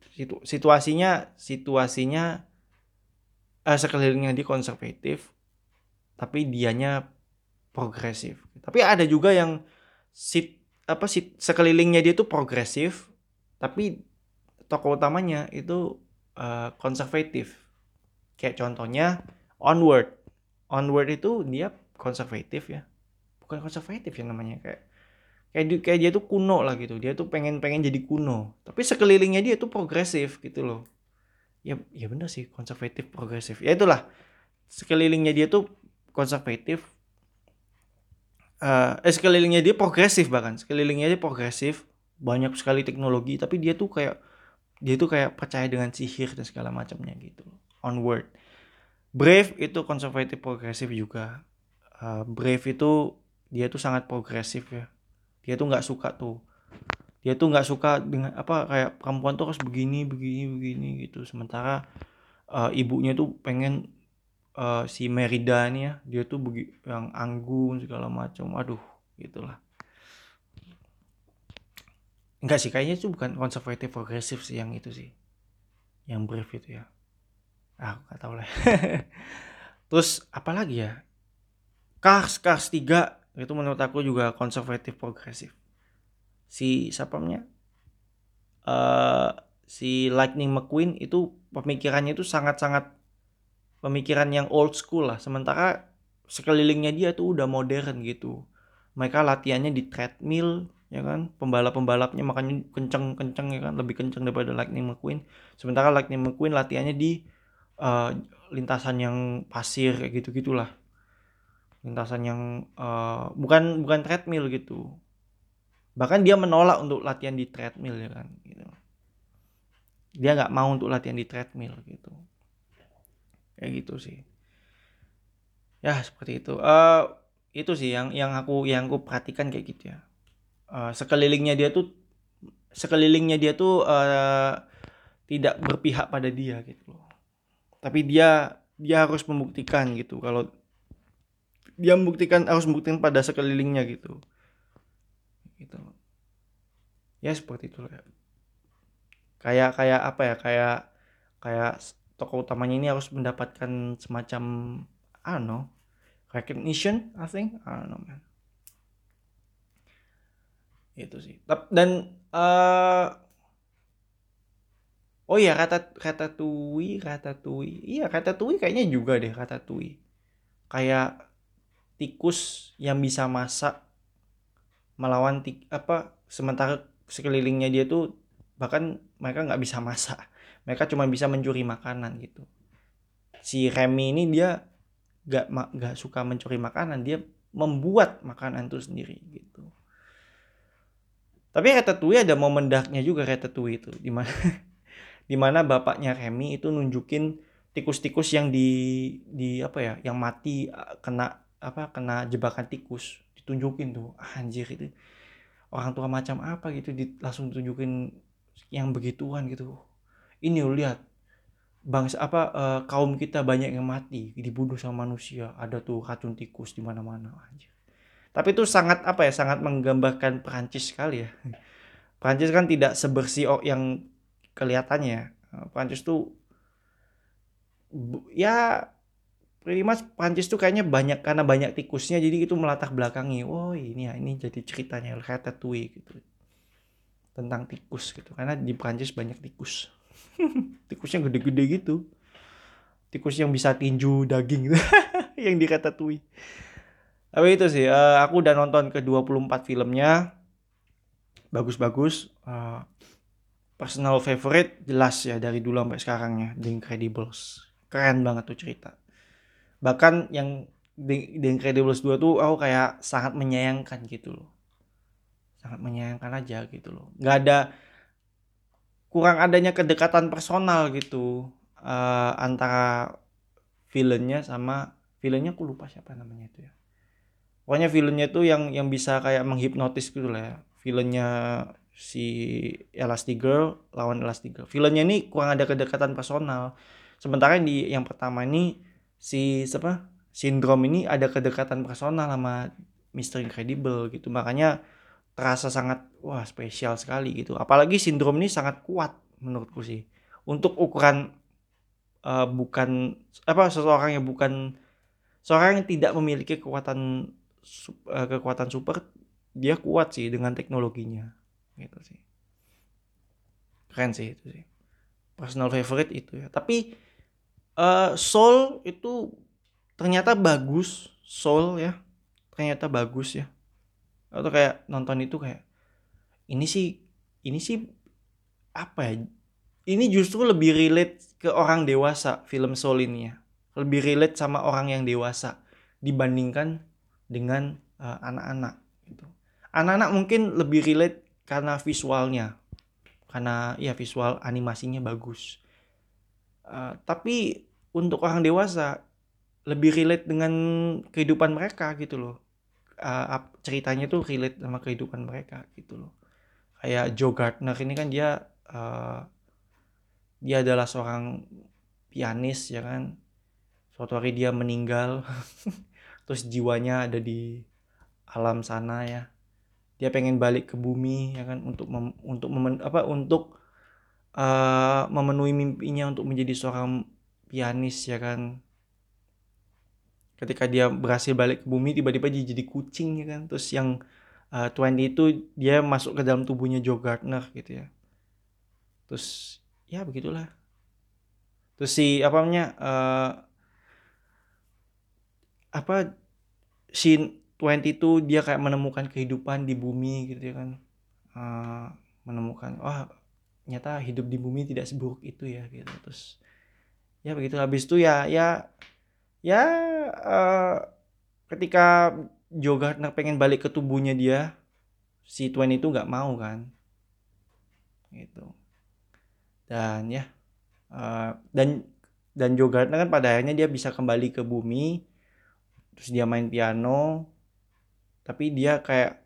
situasinya sekelilingnya dia konservatif tapi dianya progresif, tapi ada juga yang sekelilingnya dia tuh progresif tapi tokoh utamanya itu konservatif, kayak contohnya Onward. Onward itu dia konservatif ya, bukan konservatif ya namanya, kayak dia tuh kuno lah gitu, dia tuh pengen pengen jadi kuno tapi sekelilingnya dia tuh progresif gitu loh. Ya bener sih, konservatif progresif ya itulah, sekelilingnya dia tuh konservatif, sekelilingnya dia progresif, bahkan sekelilingnya dia progresif, banyak sekali teknologi tapi dia tuh kayak percaya dengan sihir dan segala macamnya gitu. Onward. Brave itu konservatif progresif juga. Brave itu dia tuh sangat progresif ya, dia tuh nggak suka dengan apa, kayak perempuan tuh harus begini begini begini gitu. Sementara ibunya tuh pengen si Merida ini ya, dia tuh yang anggun segala macam, aduh gitulah. Enggak sih, kayaknya itu bukan konservatif progresif sih yang itu sih, yang Brave itu ya, nggak tahu lah. Terus apa lagi ya, Cars 3 itu menurut aku juga konservatif progresif. Si siapa namanya, uh, si Lightning McQueen itu pemikirannya itu sangat-sangat pemikiran yang old school lah. Sementara sekelilingnya dia tuh udah modern gitu. Mereka latihannya di treadmill, ya kan, pembalapnya makanya kenceng ya kan, lebih kenceng daripada Lightning McQueen. Sementara Lightning McQueen latihannya di uh, lintasan yang pasir kayak gitu-gitulah, lintasan yang bukan treadmill gitu. Bahkan dia menolak untuk latihan di treadmill ya kan gitu. Dia nggak mau untuk latihan di treadmill gitu, kayak gitu sih ya, seperti itu. Itu sih yang aku perhatikan kayak gitu ya. Sekelilingnya dia tuh tidak berpihak pada dia gitu loh, tapi dia harus membuktikan gitu, kalau dia harus membuktikan pada sekelilingnya gitu gitu ya, seperti itu ya. Kayak kayak apa ya, kayak tokoh utamanya ini harus mendapatkan semacam, I don't know, recognition, I think, I don't know man. Itu sih. Dan oh iya, Ratatouille. Iya, Ratatouille kayaknya juga deh, Ratatouille. Kayak tikus yang bisa masak melawan sementara sekelilingnya dia tuh bahkan mereka nggak bisa masak. Mereka cuma bisa mencuri makanan gitu. Si Remy ini dia nggak suka mencuri makanan, dia membuat makanan itu sendiri gitu. Tapi Ratatouille ada momen darknya juga, Ratatouille itu, di mana bapaknya Remy itu nunjukin tikus-tikus yang di apa ya, yang mati kena jebakan tikus, ditunjukin tuh. Anjir, itu orang tua macam apa gitu, langsung tunjukin yang begituan gitu. Ini lo lihat, bangsa kaum kita banyak yang mati dibunuh sama manusia, ada tuh racun tikus di mana-mana, anjir. Tapi itu sangat apa ya, sangat menggambarkan Perancis sekali ya. Perancis kan tidak sebersih yang kelihatannya. Perancis tuh ya pretty much, Perancis tuh kayaknya banyak, karena banyak tikusnya jadi itu melatar belakangi. Oh ini ya, ini jadi ceritanya Ratatouille gitu, tentang tikus gitu, karena di Perancis banyak tikus. Tikusnya gede-gede gitu, tikus yang bisa tinju daging gitu. Yang di Ratatouille. Tapi itu sih, aku udah nonton ke 24 filmnya, bagus-bagus. Personal favorite jelas ya, dari dulu sampai sekarang ya, The Incredibles. Keren banget tuh cerita. Bahkan yang The Incredibles 2 tuh aku kayak sangat menyayangkan gitu loh. Sangat menyayangkan aja gitu loh. Nggak ada, kurang adanya kedekatan personal gitu, antara villainnya aku lupa siapa namanya itu ya. Pokoknya villainnya tuh yang bisa kayak menghipnotis gitu lah ya. Villainnya si Elastigirl lawan Elastigirl. Villainnya ini kurang ada kedekatan personal. Sementara yang pertama ini si siapa? Sindrom ini ada kedekatan personal sama Mr. Incredible gitu. Makanya terasa sangat wah spesial sekali gitu. Apalagi Sindrom ini sangat kuat menurutku sih. Untuk ukuran bukan seorang yang tidak memiliki kekuatan super, dia kuat sih dengan teknologinya gitu sih. Keren sih itu sih, personal favorite itu ya. Tapi Soul itu ternyata bagus. Soul ya, ternyata bagus ya. Atau kayak nonton itu kayak, ini sih ini sih apa ya, ini justru lebih relate ke orang dewasa, film Soul ini ya. Lebih relate sama orang yang dewasa dibandingkan dengan anak-anak gitu. Anak-anak mungkin lebih relate karena visualnya, karena ya visual animasinya bagus. Tapi untuk orang dewasa lebih relate dengan kehidupan mereka gitu loh. Ceritanya tuh relate sama kehidupan mereka gitu loh. Kayak Joe Gardner ini kan dia adalah seorang pianis ya kan. Suatu hari dia meninggal, terus jiwanya ada di alam sana ya. Dia pengen balik ke bumi ya kan, untuk memenuhi mimpinya untuk menjadi seorang pianis ya kan. Ketika dia berhasil balik ke bumi, tiba-tiba dia jadi kucing ya kan. Terus yang 20 itu dia masuk ke dalam tubuhnya Joe Gardner gitu ya. Terus ya begitulah. Terus si apa namanya, apa, 20 itu dia kayak menemukan kehidupan di bumi gitu ya kan. Eh, Menemukan ternyata hidup di bumi tidak seburuk itu ya gitu. Terus ya begitu, habis itu ya eh, ketika Joe Gardner pengen balik ke tubuhnya dia, si Twain itu nggak mau kan gitu. Dan ya eh, dan dan Joe Gardner kan pada akhirnya dia bisa kembali ke bumi, terus dia main piano, tapi dia kayak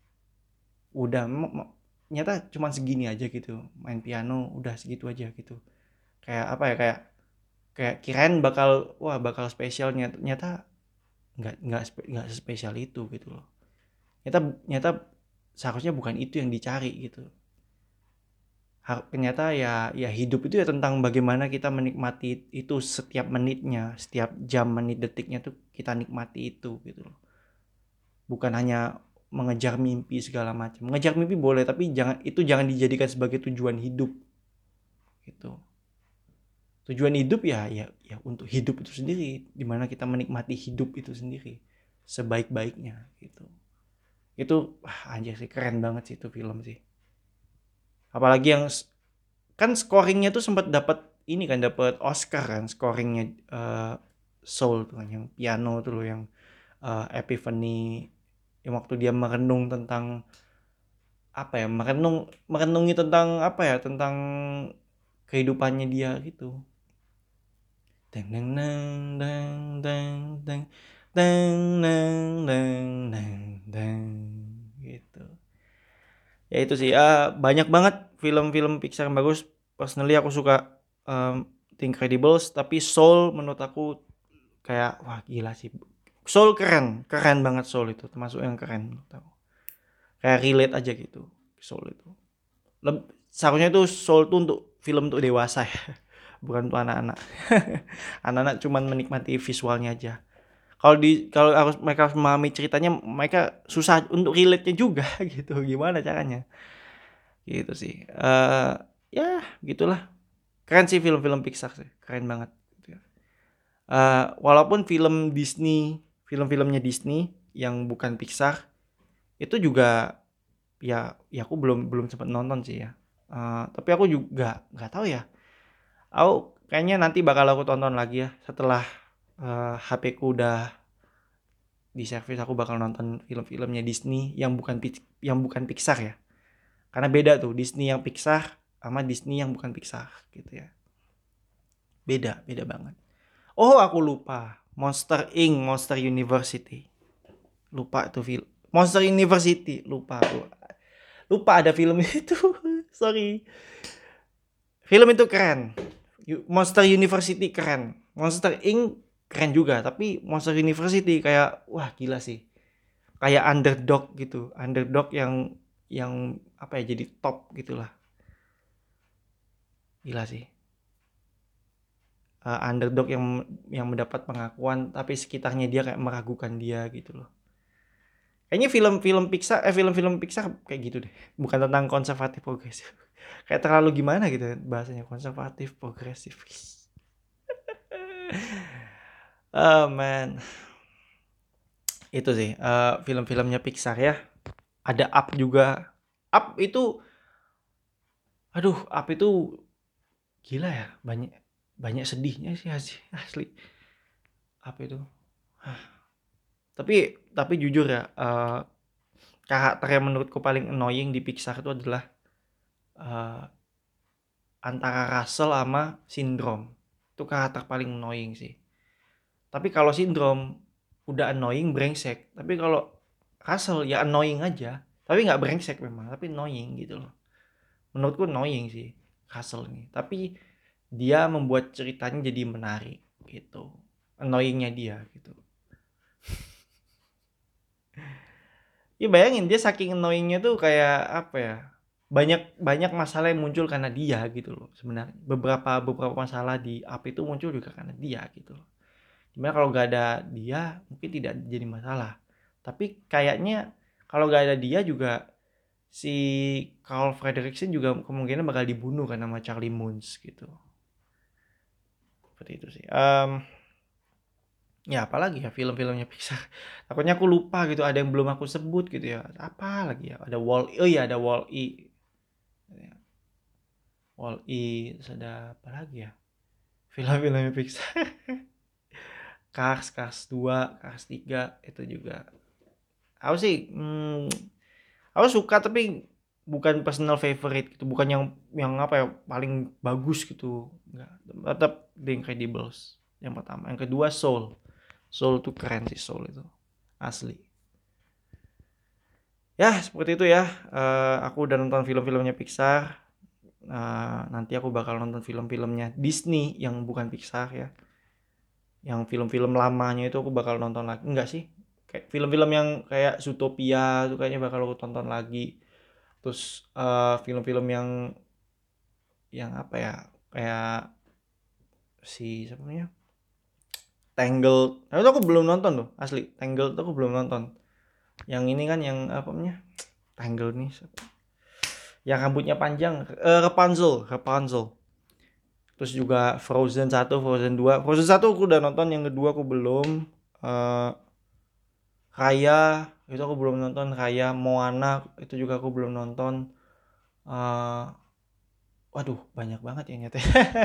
udah nyata cuman segini aja gitu, main piano udah segitu aja gitu. Kayak apa ya, kayak kayak kirain bakal spesial, nyata nggak spesial itu gitu loh. Nyata nyata seharusnya bukan itu yang dicari gitu. Ternyata ya hidup itu ya tentang bagaimana kita menikmati itu, setiap menitnya, setiap jam, menit, detiknya tuh kita nikmati itu gitu loh. Bukan hanya mengejar mimpi segala macam. Mengejar mimpi boleh, tapi jangan dijadikan sebagai tujuan hidup gitu. Tujuan hidup ya untuk hidup itu sendiri, dimana kita menikmati hidup itu sendiri sebaik-baiknya gitu. Itu anjir sih, keren banget sih itu film sih. Apalagi yang kan scoringnya tuh sempat dapat ini kan, dapat Oscar kan scoringnya, Soul tuh kan, yang piano tuh loh, yang Epiphany, yang waktu dia merenung tentang apa ya, merenungi tentang apa ya, tentang kehidupannya dia gitu. Deng deng deng deng deng deng deng deng deng deng deng gitu. Ya itu sih, banyak banget film-film Pixar yang bagus. Personally aku suka The Incredibles, tapi Soul menurut aku kayak wah gila sih. Soul keren, keren banget Soul itu, termasuk yang keren menurut aku. Kayak relate aja gitu Soul itu. Seharusnya itu Soul tuh untuk film untuk dewasa ya, bukan untuk anak-anak. Anak-anak cuman menikmati visualnya aja. Kalau mereka memahami ceritanya, mereka susah untuk relate-nya juga gitu. Gimana caranya? Gitu sih. Ya gitulah. Keren sih film-film Pixar sih, keren banget. Walaupun film-filmnya Disney yang bukan Pixar itu juga ya aku belum belum sempat nonton sih ya. Tapi aku juga nggak tahu ya. Aku kayaknya nanti bakal aku tonton lagi ya setelah HP ku udah di servis. Aku bakal nonton film-filmnya Disney yang bukan Pixar ya. Karena beda tuh Disney yang Pixar sama Disney yang bukan Pixar gitu ya. Beda banget. Oh, aku lupa. Monster Inc, Monster University. Lupa tuh film. Monster University, lupa aku. Lupa ada film itu. Sorry. Film itu keren. Monster University keren. Monster Inc keren juga, tapi Monster University kayak wah gila sih. Kayak underdog gitu. Underdog yang apa ya, jadi top gitulah. Gila sih. Underdog yang mendapat pengakuan tapi sekitarnya dia kayak meragukan dia gitu loh. Kayaknya film-film Pixar kayak gitu deh. Bukan tentang konservatif progresif. Kayak terlalu gimana gitu bahasanya, konservatif progresif. Oh man, itu sih film-filmnya Pixar ya. Ada Up juga. Up itu, aduh, Up itu gila ya, banyak banyak sedihnya sih asli. Up itu. Tapi jujur ya, karakter yang menurutku paling annoying di Pixar itu adalah eh, antara Russell sama Syndrome. Itu karakter paling annoying sih. Tapi kalau Syndrome udah annoying, brengsek. Tapi kalau Russell ya annoying aja. Tapi nggak brengsek memang, tapi annoying gitu loh. Menurutku annoying sih Russell ini. Tapi dia membuat ceritanya jadi menarik gitu. Annoyingnya dia gitu. Ya bayangin, dia saking annoyingnya tuh kayak apa ya? Banyak banyak masalah yang muncul karena dia gitu loh. Sebenarnya beberapa masalah di api itu muncul juga karena dia gitu loh. Dimana kalau gak ada dia mungkin tidak jadi masalah. Tapi kayaknya kalau gak ada dia juga si Carl Fredricksen juga kemungkinan bakal dibunuh kan sama Charlie Moons gitu. Seperti itu sih. Ya apalagi ya film-filmnya Pixar. Takutnya aku lupa gitu, ada yang belum aku sebut gitu ya. Apa lagi ya? Ada Wall-E, oh iya ada Wall-E. Wall-E, terus ada apa lagi ya? Film-filmnya Pixar. Cars 2, Cars 3 itu juga. Aku sih aku suka tapi bukan personal favorite gitu, bukan yang apa ya paling bagus gitu. Enggak. Tetap The Incredibles yang pertama. Yang kedua Soul. Soul tuh keren sih Soul itu. Asli. Ya, seperti itu ya. Aku udah nonton film-filmnya Pixar. Nanti aku bakal nonton film-filmnya Disney yang bukan Pixar ya. Yang film-film lamanya itu aku bakal nonton lagi. Enggak sih. Kayak film-film yang kayak Zootopia tuh kayaknya bakal aku tonton lagi. Terus film-film yang apa ya? Kayak si siapa namanya? Tangled. Nah, itu aku belum nonton tuh, asli. Tangled tuh aku belum nonton. Yang ini kan yang apa namanya? Tangled nih. Yang rambutnya panjang, Rapunzel. Terus juga Frozen 1, Frozen 2. Frozen 1 aku udah nonton, yang kedua aku belum. Eh Raya itu aku belum nonton, Raya, Moana itu juga aku belum nonton. Eh Waduh, banyak banget ya nyata.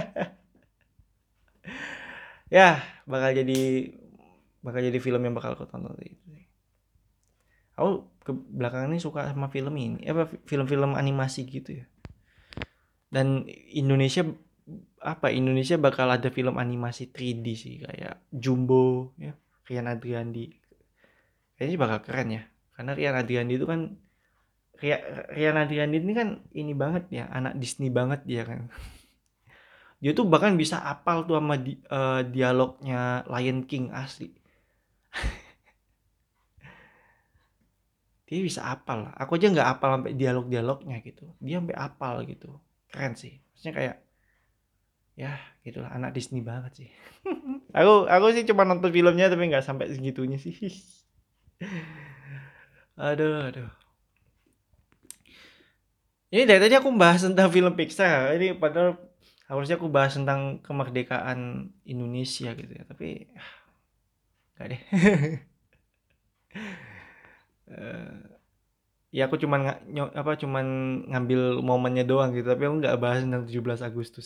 Ya, bakal jadi film yang bakal aku tonton itu. Aku ke belakangan ini suka sama film ini, apa film-film animasi gitu ya. Dan Indonesia bakal ada film animasi 3D sih kayak Jumbo ya, Rian Adriandi. Kayaknya bakal keren ya. Karena Rian Adriandi ini kan ini banget ya, anak Disney banget dia kan. Dia tuh bahkan bisa apal tuh sama dialognya Lion King asli. Dia bisa apal lah. Aku aja nggak apal sampai dialog-dialognya gitu. Dia sampai apal gitu. Keren sih. Maksudnya kayak ya gitulah anak Disney banget sih. Aku sih cuma nonton filmnya tapi nggak sampai segitunya sih. Aduh. Ini dari tadi aku bahas tentang film Pixar. Ini padahal harusnya aku bahas tentang kemerdekaan Indonesia gitu ya. Tapi nggak deh. Eh, Ya aku cuman ngambil momennya doang gitu. Tapi aku nggak bahas tentang 17 Agustus.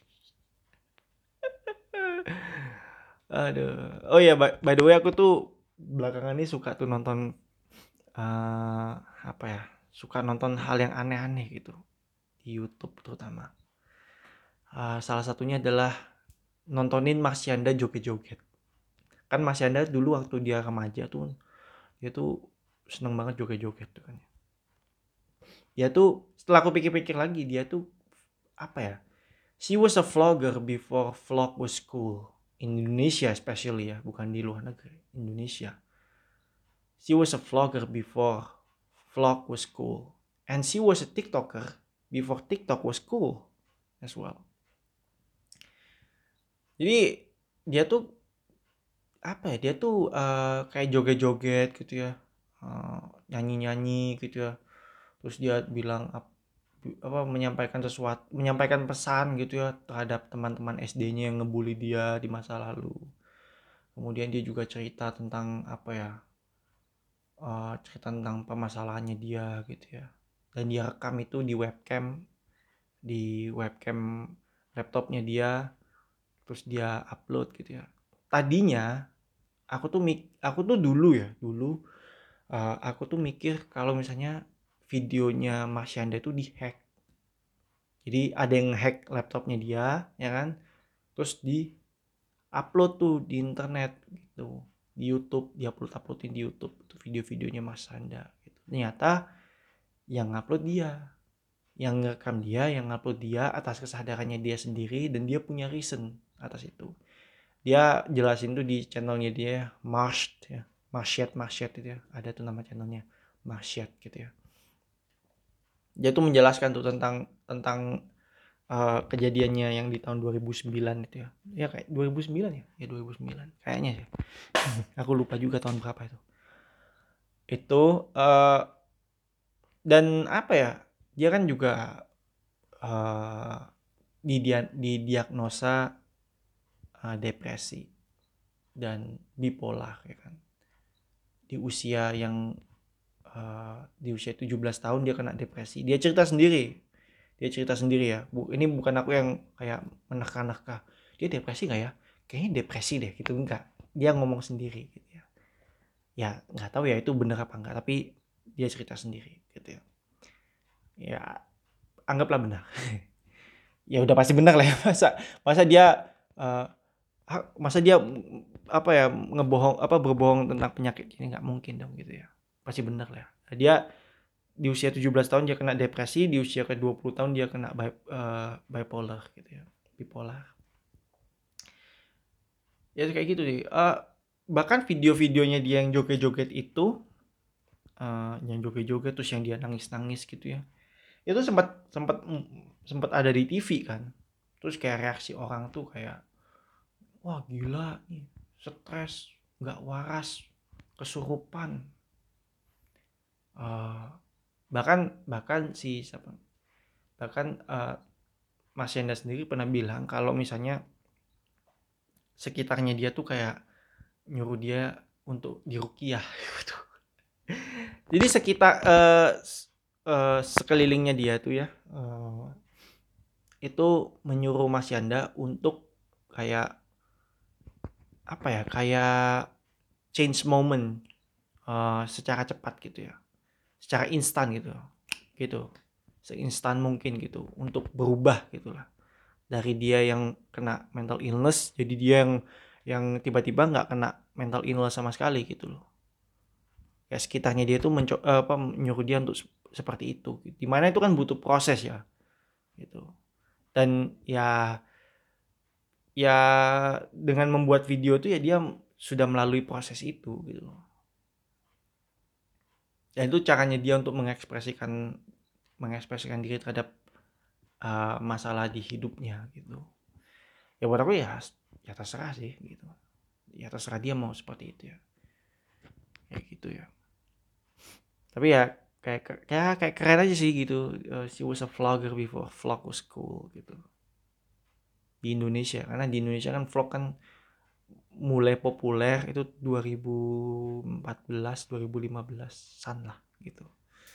Aduh. Oh iya, by the way aku tuh belakangan ini suka tuh nonton eh apa ya? Suka nonton hal yang aneh-aneh gitu di YouTube terutama. Salah satunya adalah nontonin Marsyanda joget-joget. Kan Marsyanda dulu waktu dia remaja tuh dia tuh seneng banget joget-joget tuh kan. Dia tuh setelah aku pikir-pikir lagi dia tuh apa ya? She was a vlogger before vlog was cool. In Indonesia especially ya, bukan di luar negeri, Indonesia. She was a vlogger before vlog was cool. And she was a TikToker before TikTok was cool as well. Jadi dia tuh apa ya? Dia tuh kayak joget-joget gitu ya. Nyanyi-nyanyi gitu ya. Terus dia bilang apa menyampaikan pesan gitu ya terhadap teman-teman SD-nya yang ngebully dia di masa lalu. Kemudian dia juga cerita tentang apa ya? Cerita tentang permasalahannya dia gitu ya. Dan dia rekam itu di webcam laptopnya dia, terus dia upload gitu ya. Tadinya aku tuh dulu aku tuh mikir kalau misalnya videonya Marsyanda itu dihack. Jadi ada yang hack laptopnya dia ya kan, terus di upload tuh di internet gitu, di YouTube, uploadin di YouTube itu video-videonya Marsyanda gitu. Ternyata yang upload dia, yang ngerekam dia, yang upload dia atas kesadarannya dia sendiri, dan dia punya reason atas itu. Dia jelasin tuh di channelnya dia, Marshed itu ya, ada tuh nama channelnya Marshed gitu ya. Dia tuh menjelaskan tuh tentang kejadiannya yang di tahun 2009 itu ya. Ya kayak 2009 ya, 2009 kayaknya sih. Aku lupa juga tahun berapa itu. Itu dan apa ya? Dia kan juga didiagnosa depresi. dan bipolar ya kan. Di usia yang di usia 17 tahun dia kena depresi. Dia cerita sendiri. Ya. Ini bukan aku yang kayak menerka-nerka. Dia depresi nggak ya? Kayaknya depresi deh gitu, enggak. Dia ngomong sendiri gitu ya. Ya nggak tahu ya itu bener apa enggak, tapi dia cerita sendiri gitu ya. Ya anggaplah benar. Ya udah pasti benar lah ya. Masa dia eh, masa dia apa ya berbohong tentang penyakit ini, nggak mungkin dong gitu ya. Pasti benar lah ya. Dia di usia 17 tahun dia kena depresi, di usia ke 20 tahun dia kena bipolar gitu ya. Bipolar. Ya kayak gitu sih. Bahkan video-videonya dia yang joget-joget itu, yang joget-joget terus yang dia nangis-nangis gitu ya. Itu sempat sempat sempat ada di TV kan. Terus kayak reaksi orang tuh kayak, wah gila nih, stres, nggak waras, kesurupan. Eh, bahkan bahkan si siapa? Bahkan Mas Yanda sendiri pernah bilang kalau misalnya sekitarnya dia tuh kayak nyuruh dia untuk diruqyah gitu. Jadi sekitar sekelilingnya dia tuh ya, itu menyuruh Mas Yanda untuk kayak apa ya, kayak change moment secara cepat gitu ya, secara instan gitu, seinstan mungkin gitu untuk berubah gitulah, dari dia yang kena mental illness jadi dia yang tiba-tiba nggak kena mental illness sama sekali gitu loh. Ya sekitarnya dia tuh menyuruh dia untuk seperti itu, dimana itu kan butuh proses ya gitu. Dan ya dengan membuat video tuh ya dia sudah melalui proses itu gitu loh. Dan itu caranya dia untuk mengekspresikan diri terhadap masalah di hidupnya gitu. Ya buat aku ya terserah sih gitu. Ya terserah dia mau seperti itu ya. Ya gitu ya. Tapi ya kayak keren aja sih gitu. She was a vlogger before vlog was cool gitu. Di Indonesia, karena di Indonesia kan vlog kan mulai populer itu 2014 2015-an lah gitu.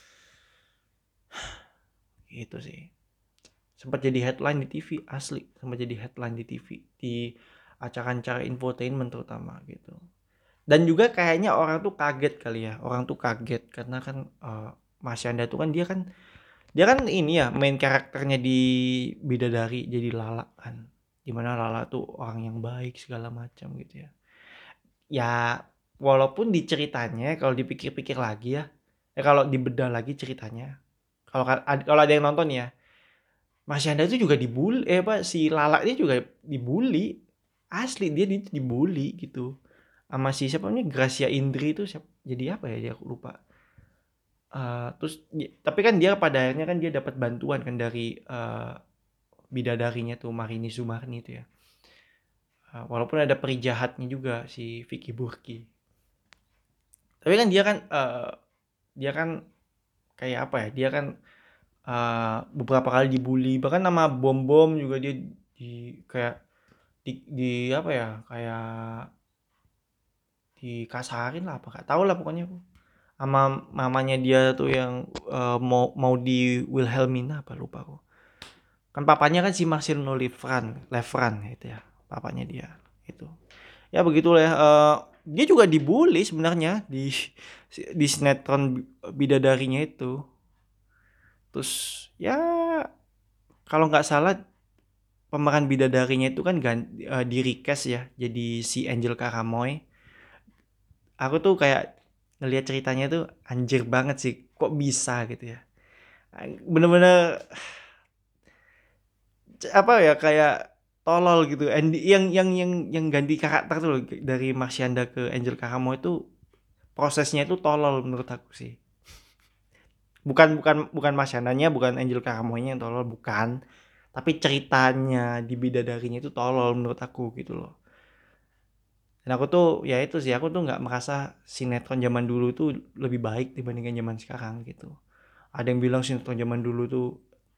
Gitu sih. Sempat jadi headline di TV, asli sempat jadi headline di TV, di acara-acara infotainment terutama gitu. Dan juga kayaknya orang tuh kaget kali ya, orang tuh kaget karena kan Mas Yanda tuh kan dia kan ini ya main karakternya di Bidadari jadi Lala kan, dimana Lala tuh orang yang baik segala macam gitu ya. Ya walaupun di ceritanya kalau dipikir-pikir lagi ya, kalau dibedah lagi ceritanya, kalau ada yang nonton ya, Mas Yanda itu juga dibully, si Lala dia juga dibully, asli dia dibully gitu, sama si siapa nih, Gracia Indri itu siapa, jadi apa ya dia, aku lupa. Terus tapi kan dia pada akhirnya kan dia dapat bantuan kan dari bidadarinya tuh Marini Zumarni itu ya. Walaupun ada perijahatnya juga si Vicky Burki. Tapi kan dia kan kayak apa ya? Dia kan beberapa kali dibully, bahkan nama bom-bom juga dia kayak di apa ya? Kayak dikasarin lah apa nggak tahu lah pokoknya sama mamanya dia tuh yang mau di Wilhelmina apa lupa aku. Kan papanya kan si Marcelino Lefran itu ya, papanya dia itu. Ya begitulah ya. Dia juga dibully sebenarnya di sinetron bidadarinya itu. Terus ya kalau nggak salah pemeran bidadarinya itu kan di recast ya jadi si Angel Karamoy. Aku tuh kayak ngelihat ceritanya tuh anjir banget sih, kok bisa gitu ya. Bener-bener apa ya, kayak tolol gitu. Yang ganti karakter tuh loh, dari Marsyanda ke Angel Karamoy itu prosesnya itu tolol menurut aku sih. Bukan Marsyandanya, bukan Angel Karamoynya yang tolol, bukan. Tapi ceritanya di bidadarinya itu tolol menurut aku gitu loh. Dan aku tuh ya itu sih, aku tuh nggak merasa sinetron zaman dulu tuh lebih baik dibandingkan zaman sekarang gitu. Ada yang bilang sinetron zaman dulu tuh,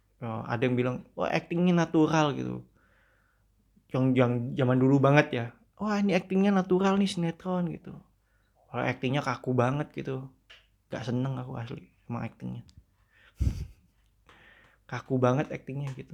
ada yang bilang wah actingnya natural gitu. Yang zaman dulu banget ya. wah ini aktingnya natural nih sinetron gitu. Kalau aktingnya kaku banget gitu, gak seneng aku asli sama aktingnya, kaku banget aktingnya gitu.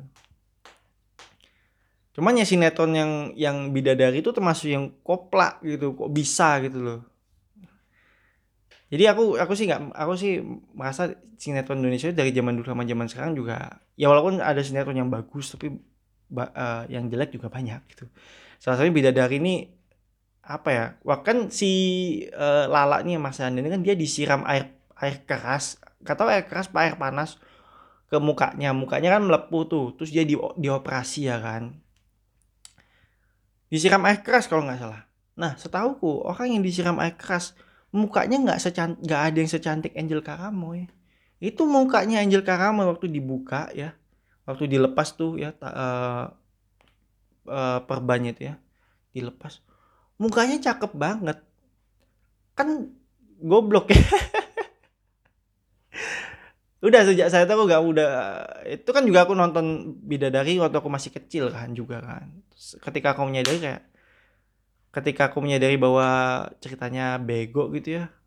Cuman ya sinetron yang bidadari itu termasuk yang koplak gitu, kok bisa gitu loh. Jadi aku sih merasa sinetron Indonesia dari zaman dulu sama zaman sekarang juga ya walaupun ada sinetron yang bagus tapi yang jelek juga banyak gitu. Salah satunya Bidadari ini apa ya? Wah kan si Lala nih Mas Andi ini kan dia disiram air air keras, gak tahu air keras apa air panas ke mukanya. Mukanya kan melepuh tuh. Terus dia dioperasi ya kan. Disiram air keras kalau nggak salah. Nah, setahuku orang yang disiram air keras mukanya nggak ada yang secantik Angel Karamoy. Itu mukanya Angel Karamoy waktu dibuka ya, waktu dilepas tuh ya perbannya itu ya, dilepas. Mukanya cakep banget. Kan goblok ya. Udah sejak saya tahu gak udah itu kan juga aku nonton Bidadari waktu aku masih kecil kan juga kan. Ketika aku menyadari kayak ketika aku menyadari bahwa ceritanya bego gitu ya,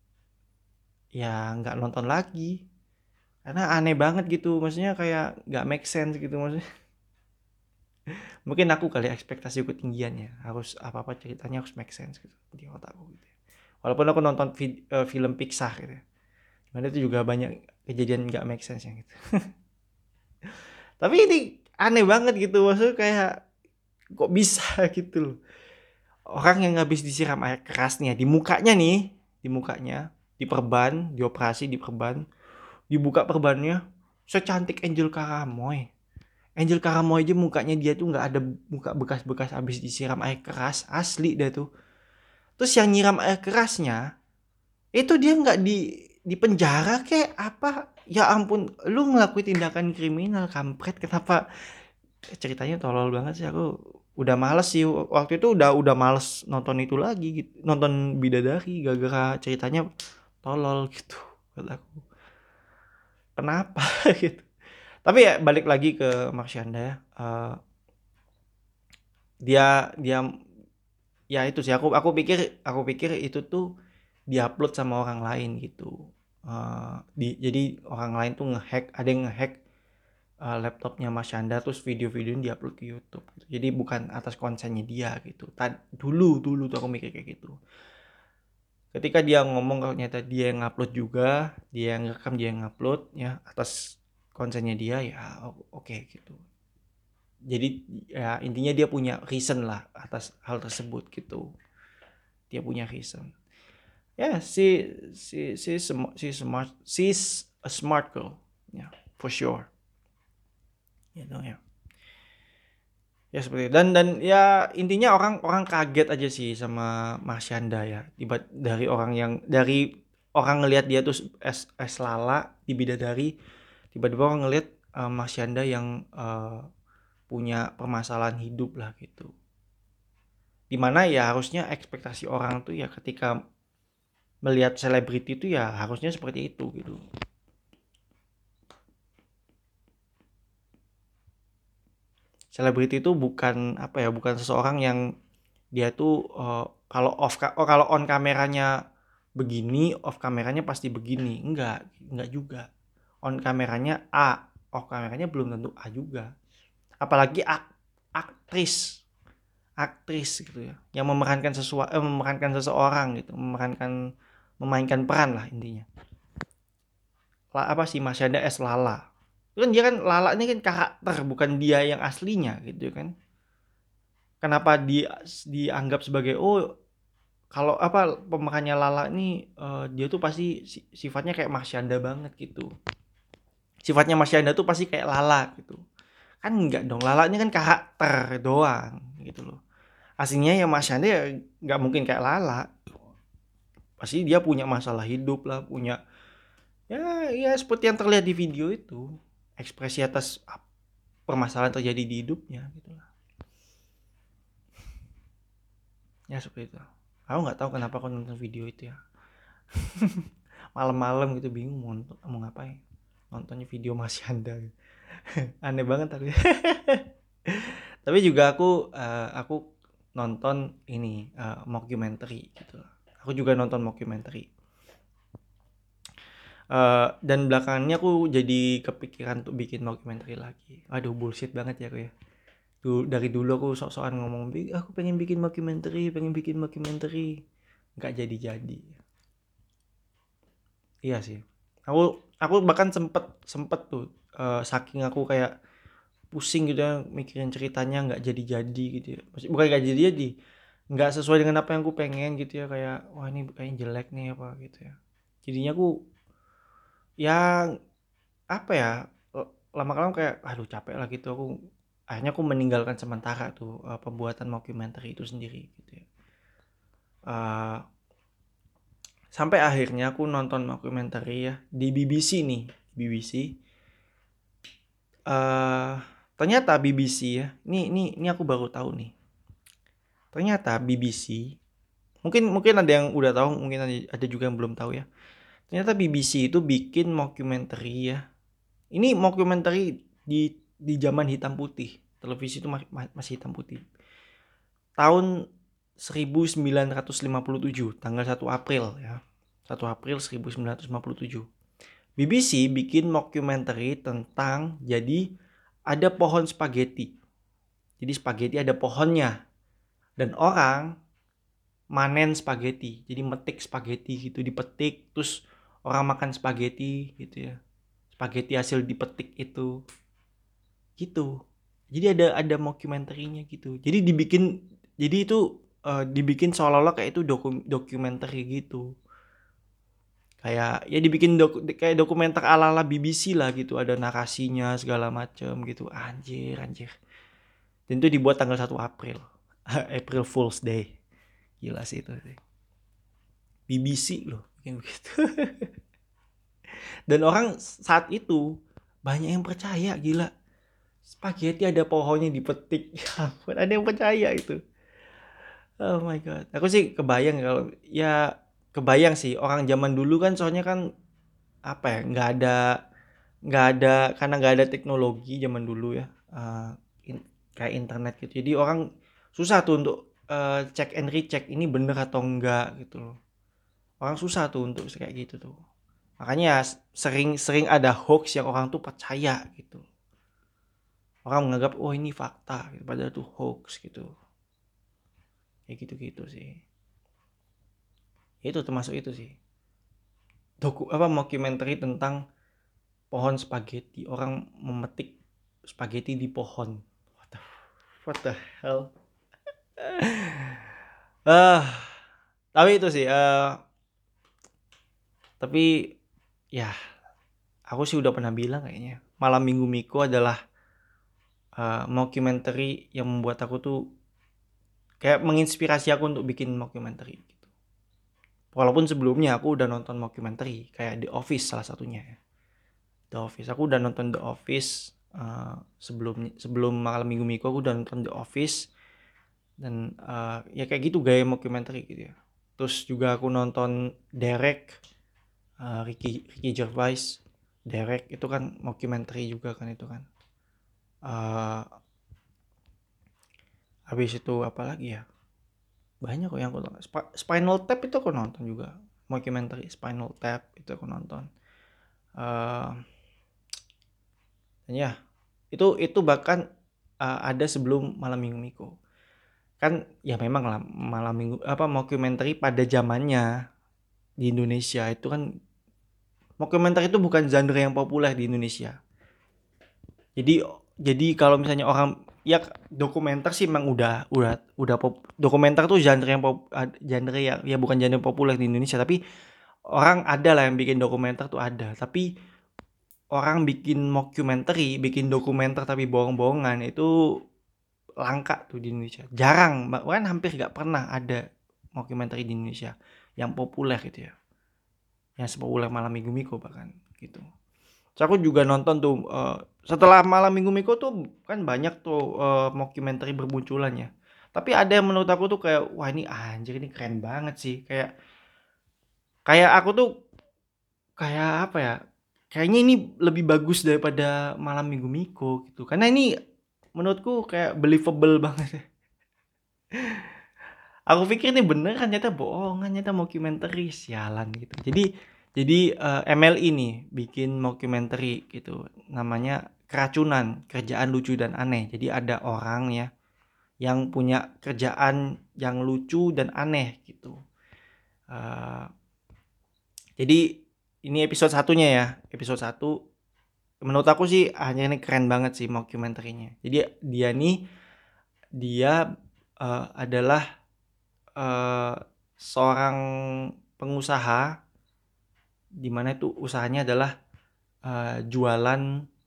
ya nggak nonton lagi karena aneh banget gitu maksudnya kayak nggak make sense gitu maksudnya. Mungkin aku kali ekspektasi ketinggian ya harus apa apa ceritanya harus make sense gitu di otakku gitu ya. Walaupun aku nonton film Pixar gitu ya, cuman itu juga banyak kejadian nggak make sense yang gitu. Tapi ini aneh banget gitu maksudnya kayak kok bisa gitu loh, orang yang habis disiram air kerasnya di mukanya nih, di mukanya diperban dioperasi diperban, dibuka perbannya secantik Angel Karamoy. Angel Karamoy aja mukanya dia tuh nggak ada muka bekas-bekas habis disiram air keras asli dah tuh. Terus yang nyiram air kerasnya itu dia nggak di penjara kek apa? Ya ampun, lu ngelakuin tindakan kriminal kampret kenapa? Ceritanya tolol banget sih aku. Udah males sih waktu itu udah males nonton itu lagi gitu. Nonton Bidadari gara-gara ceritanya tolol gitu kata aku. Kenapa gitu. Tapi ya balik lagi ke Marsyanda ya. Dia ya itu sih aku pikir itu tuh diupload sama orang lain gitu. Jadi orang lain tuh ngehack, ada yang ngehack laptopnya Mas Syanda terus video-videonya diupload ke YouTube gitu. Jadi bukan atas konsennya dia gitu. Dulu tuh aku mikir kayak gitu. Ketika dia ngomong kalau ternyata dia yang upload juga, dia yang rekam, dia yang upload ya atas konsennya dia ya oke gitu. Jadi ya intinya dia punya reason lah atas hal tersebut gitu. Dia punya reason. Ya she's a smart girl ya yeah, for sure gitu ya. Ya seperti itu. Dan ya intinya orang kaget aja sih sama Marsyanda ya. Dari orang ngelihat dia tuh es lala di Bidadari, tiba-tiba orang ngelihat Marsyanda yang punya permasalahan hidup lah gitu. Dimana ya harusnya ekspektasi orang tuh ya ketika melihat selebriti itu ya harusnya seperti itu gitu. Selebriti itu bukan apa ya, bukan seseorang yang dia tuh kalau on kameranya begini, off kameranya pasti begini. Enggak juga. On kameranya A, off kameranya belum tentu A juga. Apalagi aktris, aktris gitu ya, yang memerankan seseorang gitu, memainkan peran lah intinya. Apa sih Mas Yanda S Lala. Itu kan dia kan Lala ini kan karakter bukan dia yang aslinya gitu kan. Kenapa dianggap sebagai kalau apa pemerannya Lala ini dia tuh pasti sifatnya kayak Marsyanda banget gitu. Sifatnya Marsyanda tuh pasti kayak Lala gitu. Kan enggak dong, Lala ini kan karakter doang gitu loh. Aslinya ya Marsyanda ya enggak mungkin kayak Lala. Pasti dia punya masalah hidup lah, punya ya seperti yang terlihat di video itu. Ekspresi atas permasalahan terjadi di hidupnya gitu lah. Ya seperti itu. Aku nggak tahu kenapa aku nonton video itu ya. Malam-malam gitu bingung mau ngapain. Nontonnya video Marsyanda gitu. Aneh banget tadi. Tapi juga aku nonton ini mockumentary gitu. Aku juga nonton mockumentary. Dan belakangannya aku jadi kepikiran untuk bikin mockumentary lagi. Aduh, bullshit banget ya aku ya. Dari dulu aku sok-sokan ngomong, aku pengen bikin mockumentary. Nggak jadi-jadi. Iya sih. Aku bahkan sempet tuh, saking aku kayak pusing gitu ya mikirin ceritanya nggak jadi-jadi gitu ya. Bukan nggak jadi-jadi, nggak sesuai dengan apa yang aku pengen gitu ya, kayak wah ini kayaknya jelek nih apa gitu ya. Jadinya aku ya apa ya, lama-lama kayak aduh capek lah gitu, akhirnya aku meninggalkan sementara tuh pembuatan mockumentary itu sendiri gitu ya. Eh, Sampai akhirnya aku nonton mockumentary ya di BBC nih, BBC. eh Ternyata BBC ya, ini aku baru tahu nih. Ternyata BBC, mungkin mungkin ada yang udah tahu, mungkin ada juga yang belum tahu ya. Ternyata BBC itu bikin mockumentary ya. Ini mockumentary di zaman hitam putih. Televisi itu masih hitam putih. Tahun 1957, tanggal 1 April ya. 1 April 1957. BBC bikin mockumentary tentang jadi ada pohon spaghetti. Jadi spaghetti ada pohonnya dan orang manen spaghetti. Jadi metik spaghetti gitu, dipetik terus orang makan spaghetti gitu ya. Spaghetti hasil dipetik itu gitu. Jadi ada mockumentary-nya gitu. Jadi itu dibikin seolah-olah kayak itu dokumenter gitu. Kayak ya dibikin kayak dokumenter ala-ala BBC lah gitu, ada narasinya segala macem gitu. Anjir. Dan itu dibuat tanggal 1 April. April Fool's Day. Gila sih itu sih. BBC loh yang begitu. Dan orang saat itu banyak yang percaya, gila. Spaghetti ada pohonnya dipetik. Ya ampun, ada yang percaya itu. Oh my god. Aku sih kebayang kalau ya kebayang sih orang zaman dulu kan, soalnya kan apa ya, nggak ada karena nggak ada teknologi zaman dulu ya, kayak internet gitu. Jadi orang susah tuh untuk cek and recheck ini bener atau enggak gitu loh. Orang susah tuh untuk kayak gitu tuh. Makanya sering ada hoax yang orang tuh percaya gitu. Orang menganggap oh ini fakta gitu, padahal tuh hoax gitu. Kayak gitu-gitu sih. Itu termasuk itu sih. Mockumentary tentang pohon spaghetti, orang memetik spaghetti di pohon. What the hell. ah tapi itu sih tapi ya aku sih udah pernah bilang kayaknya Malam Minggu Miko adalah mockumentary yang membuat aku tuh kayak menginspirasi aku untuk bikin mockumentary gitu. Walaupun sebelumnya aku udah nonton mockumentary kayak The Office salah satunya ya. The Office, aku udah nonton The Office sebelum Malam Minggu Miko aku udah nonton The Office. Dan ya kayak gitu gaya mockumentary gitu ya. Terus juga aku nonton Derek, Ricky Gervais. Derek itu kan mockumentary juga kan itu kan. Habis itu apa lagi ya, banyak kok yang aku nonton. Spinal Tap itu aku nonton juga, mockumentary Spinal Tap itu aku nonton. Dan ya itu bahkan ada sebelum Malam Minggu Miko. Kan ya memang lah Malam Minggu mockumentary pada zamannya di Indonesia itu kan, mockumentary itu bukan genre yang populer di Indonesia. Jadi kalau misalnya orang ya dokumenter sih emang udah dokumenter tuh genre yang ya bukan genre populer di Indonesia, tapi orang ada lah yang bikin dokumenter tuh ada. Tapi orang bikin mockumentary, bikin dokumenter tapi bohong-bohongan itu langka tuh di Indonesia. Jarang, bahkan hampir nggak pernah ada mockumentary di Indonesia yang populer gitu ya. Yang sepopuler Malam Minggu Miko bahkan gitu. So, aku juga nonton tuh setelah Malam Minggu Miko tuh kan banyak tuh mockumentary bermunculan ya. Tapi ada yang menurut aku tuh kayak wah ini anjir ini keren banget sih. Kayak aku tuh kayak apa ya? Kayaknya ini lebih bagus daripada Malam Minggu Miko gitu. Karena ini menurutku kayak believable banget ya. Aku pikir ini beneran, ternyata bohongan, ternyata mockumentary, sialan gitu. Jadi MLI nih bikin mockumentary gitu, namanya Keracunan, Kerjaan Lucu dan Aneh. Jadi ada orang ya yang punya kerjaan yang lucu dan aneh gitu. Uh, jadi ini episode satunya ya, episode satu. Menurut aku sih hanya ini keren banget sih mockumentary-nya. Jadi dia adalah uh, seorang pengusaha di mana itu usahanya adalah jualan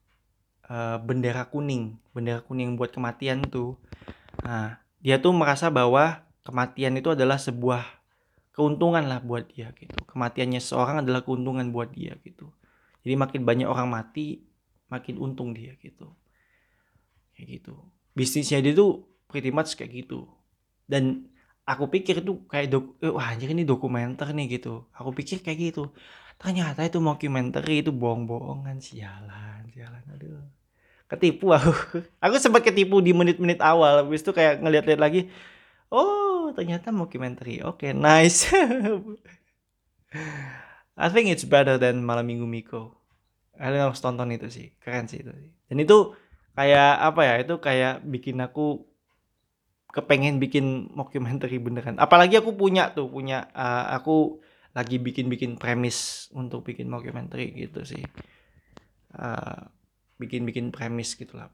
bendera kuning buat kematian tuh. Nah, dia tuh merasa bahwa kematian itu adalah sebuah keuntungan lah buat dia gitu. Kematiannya seorang adalah keuntungan buat dia gitu. Jadi makin banyak orang mati, makin untung dia gitu. Kayak gitu. Bisnisnya dia tuh pretty much kayak gitu. Dan aku pikir itu kayak wah anjir ini dokumenter nih gitu. Aku pikir kayak gitu. Ternyata itu mockumentary, itu bohong-bohongan, sialan, aduh. Ketipu aku. Aku sempat ketipu di menit-menit awal, habis itu kayak ngeliat-liat lagi, oh ternyata mockumentary. Oke, nice. I think it's better than Malam Minggu Miko. Kalian harus tonton itu sih, keren sih itu sih. Dan itu kayak apa ya? Itu kayak bikin aku kepengen bikin mockumentary beneran. Apalagi aku aku lagi bikin premis untuk bikin mockumentary gitu sih. Bikin premis gitulah.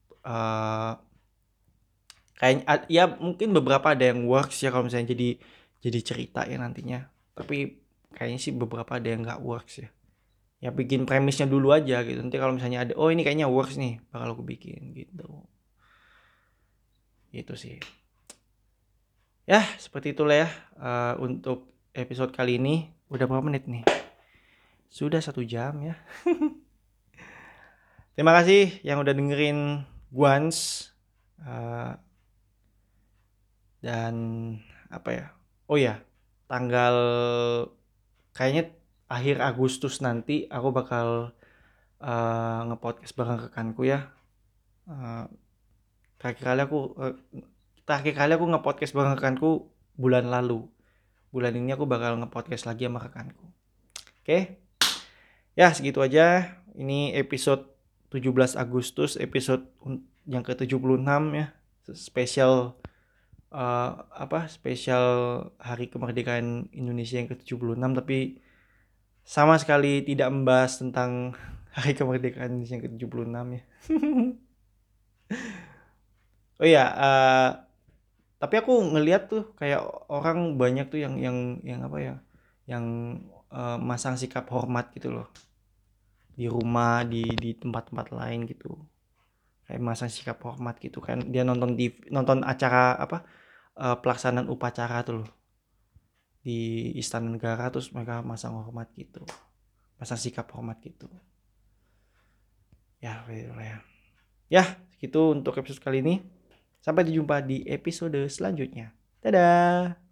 Kayak ya mungkin beberapa ada yang works ya kalau misalnya jadi cerita ya nantinya. Tapi kayaknya sih beberapa ada yang nggak works ya. Ya bikin premisnya dulu aja gitu. Nanti kalau misalnya ada, oh ini kayaknya works nih, bakal aku bikin gitu. Gitu sih. Ya, seperti itulah ya untuk episode kali ini. Udah berapa menit nih? Sudah 1 jam ya. Terima kasih yang udah dengerin Guans. Uh, dan apa ya? Oh ya, tanggal kayaknya akhir Agustus nanti aku bakal nge-podcast bareng rekanku ya. Uh, terakhir kali aku uh, terakhir kali aku nge-podcast bareng rekanku bulan lalu. Bulan ini aku bakal nge-podcast lagi sama rekanku. Oke. Ya, segitu aja. Ini episode 17 Agustus, episode yang ke-76 ya. Spesial spesial Hari Kemerdekaan Indonesia yang ke-76, tapi sama sekali tidak membahas tentang Hari Kemerdekaan Indonesia yang ke-76 ya. Oh iya, tapi aku ngelihat tuh kayak orang banyak tuh yang apa ya? Yang masang sikap hormat gitu loh. Di rumah, di tempat-tempat lain gitu. Kayak masang sikap hormat gitu kan. Dia nonton acara apa? Pelaksanaan upacara tuh loh. Di Istana Negara terus mereka masang hormat gitu. Masang sikap hormat gitu. Ya, ya. Ya, gitu untuk episode kali ini. Sampai jumpa di episode selanjutnya. Dadah.